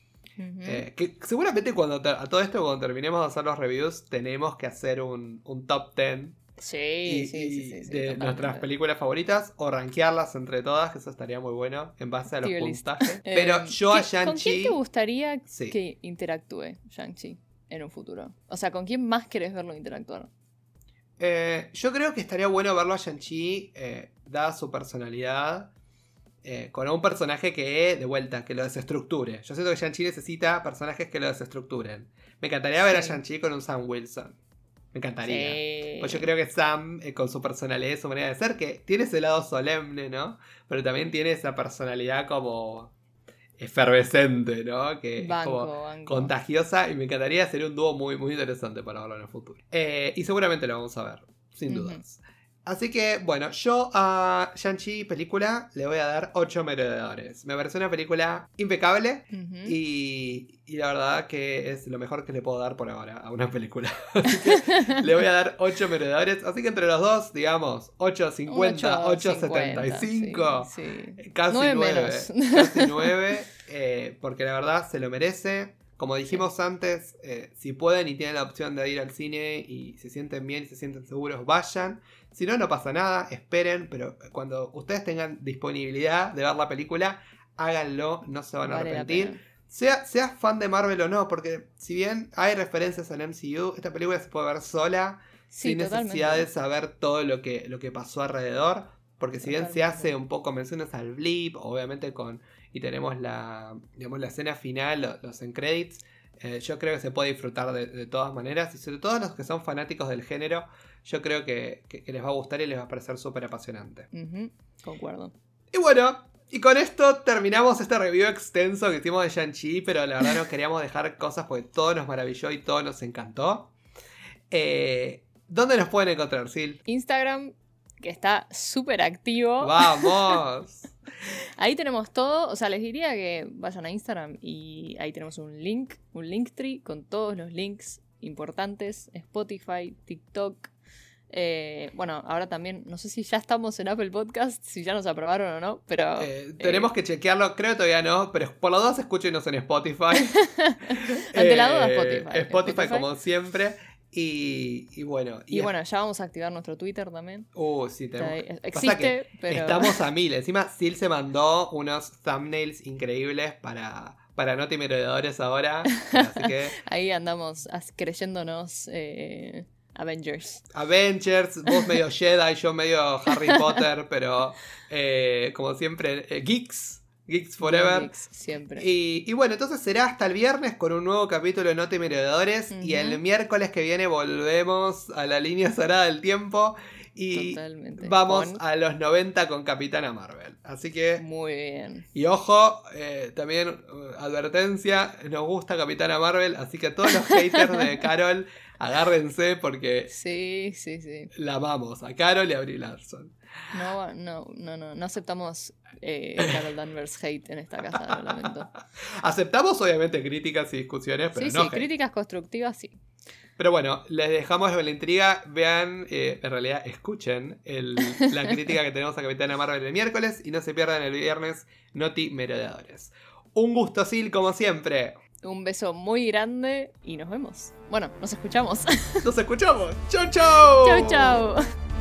Que seguramente a todo esto, cuando terminemos de hacer los reviews, tenemos que hacer un top 10 sí, de nuestras películas favoritas o rankearlas entre todas, que eso estaría muy bueno en base a los puntajes. Pero yo a Shang-Chi... ¿Con quién te gustaría que interactúe Shang-Chi en un futuro? O sea, ¿con quién más querés verlo interactuar? Yo creo que estaría bueno verlo a Shang-Chi, dada su personalidad, con un personaje que, de vuelta, que lo desestructure. Yo siento que Shang-Chi necesita personajes que lo desestructuren. Me encantaría ver a Shang-Chi con un Sam Wilson. Me encantaría. Sí. Pues yo creo que Sam, con su personalidad y su manera de ser, que tiene ese lado solemne, ¿no? Pero también tiene esa personalidad como efervescente, ¿no? Que es como contagiosa. Y me encantaría hacer un dúo muy, muy interesante para verlo en el futuro. Y seguramente lo vamos a ver, sin dudas. Así que, bueno, yo a Shang-Chi película le voy a dar 8 merodeadores. Me pareció una película impecable y la verdad que es lo mejor que le puedo dar por ahora a una película. Así que le voy a dar 8 merodeadores. Así que entre los dos, digamos, 8.50, 8.75, sí. Casi 9. Casi 9, porque la verdad se lo merece. Como dijimos antes, si pueden y tienen la opción de ir al cine y se sienten bien y se sienten seguros, vayan. Si no, no pasa nada, esperen, pero cuando ustedes tengan disponibilidad de ver la película, háganlo, no se van a arrepentir. Seas fan de Marvel o no, porque si bien hay referencias al MCU, esta película se puede ver sola, sin necesidad de saber todo lo que pasó alrededor. Porque si bien se hace un poco menciones al blip, obviamente y tenemos la escena final, los end credits, yo creo que se puede disfrutar de todas maneras. Y sobre todo los que son fanáticos del género, yo creo que les va a gustar y les va a parecer súper apasionante. Concuerdo. Y bueno, y con esto terminamos este review extenso que hicimos de Shang-Chi, pero la verdad no queríamos dejar cosas porque todo nos maravilló y todo nos encantó. ¿Dónde nos pueden encontrar, Sil? Instagram, que está súper activo. ¡Vamos! Ahí tenemos todo, o sea, les diría que vayan a Instagram y ahí tenemos un Linktree con todos los links importantes, Spotify, TikTok. Bueno, ahora también, no sé si ya estamos en Apple Podcast, si ya nos aprobaron o no, pero... tenemos que chequearlo, creo que todavía no, pero por los dos escúchenos en Spotify. Ante la duda, Spotify. Spotify como siempre. Y bueno. Y bueno, ya vamos a activar nuestro Twitter también. Sí, tenemos. Existe, pero... Estamos a 1000. Encima, Sil se mandó unos thumbnails increíbles para Noti Merodeadores ahora. Así que... Ahí andamos creyéndonos Avengers, vos medio Jedi, yo medio Harry Potter, pero como siempre, Geeks Forever. Geeks, siempre. Y bueno, entonces será hasta el viernes con un nuevo capítulo de Noti Merodeadores. Y el miércoles que viene volvemos a la línea sagrada del tiempo. Y Totalmente. vamos a los 90 con Capitana Marvel. Así que... Muy bien. Y ojo, también advertencia, nos gusta Capitana Marvel, así que todos los haters de Carol, agárrense porque Sí. la amamos, a Carol y a Brie Larson. No aceptamos Carol Danvers hate en esta casa, lo lamento. Aceptamos obviamente críticas y discusiones, pero Sí, no sí, hate. críticas constructivas, sí. Pero bueno, les dejamos la intriga. Vean, en realidad escuchen la crítica que tenemos a Capitana Marvel el miércoles y no se pierdan el viernes Noti Merodeadores. Un gusto, Sil, como siempre. Un beso muy grande y nos vemos. Bueno, nos escuchamos. Nos escuchamos. ¡Chau, chau! Chau, chau.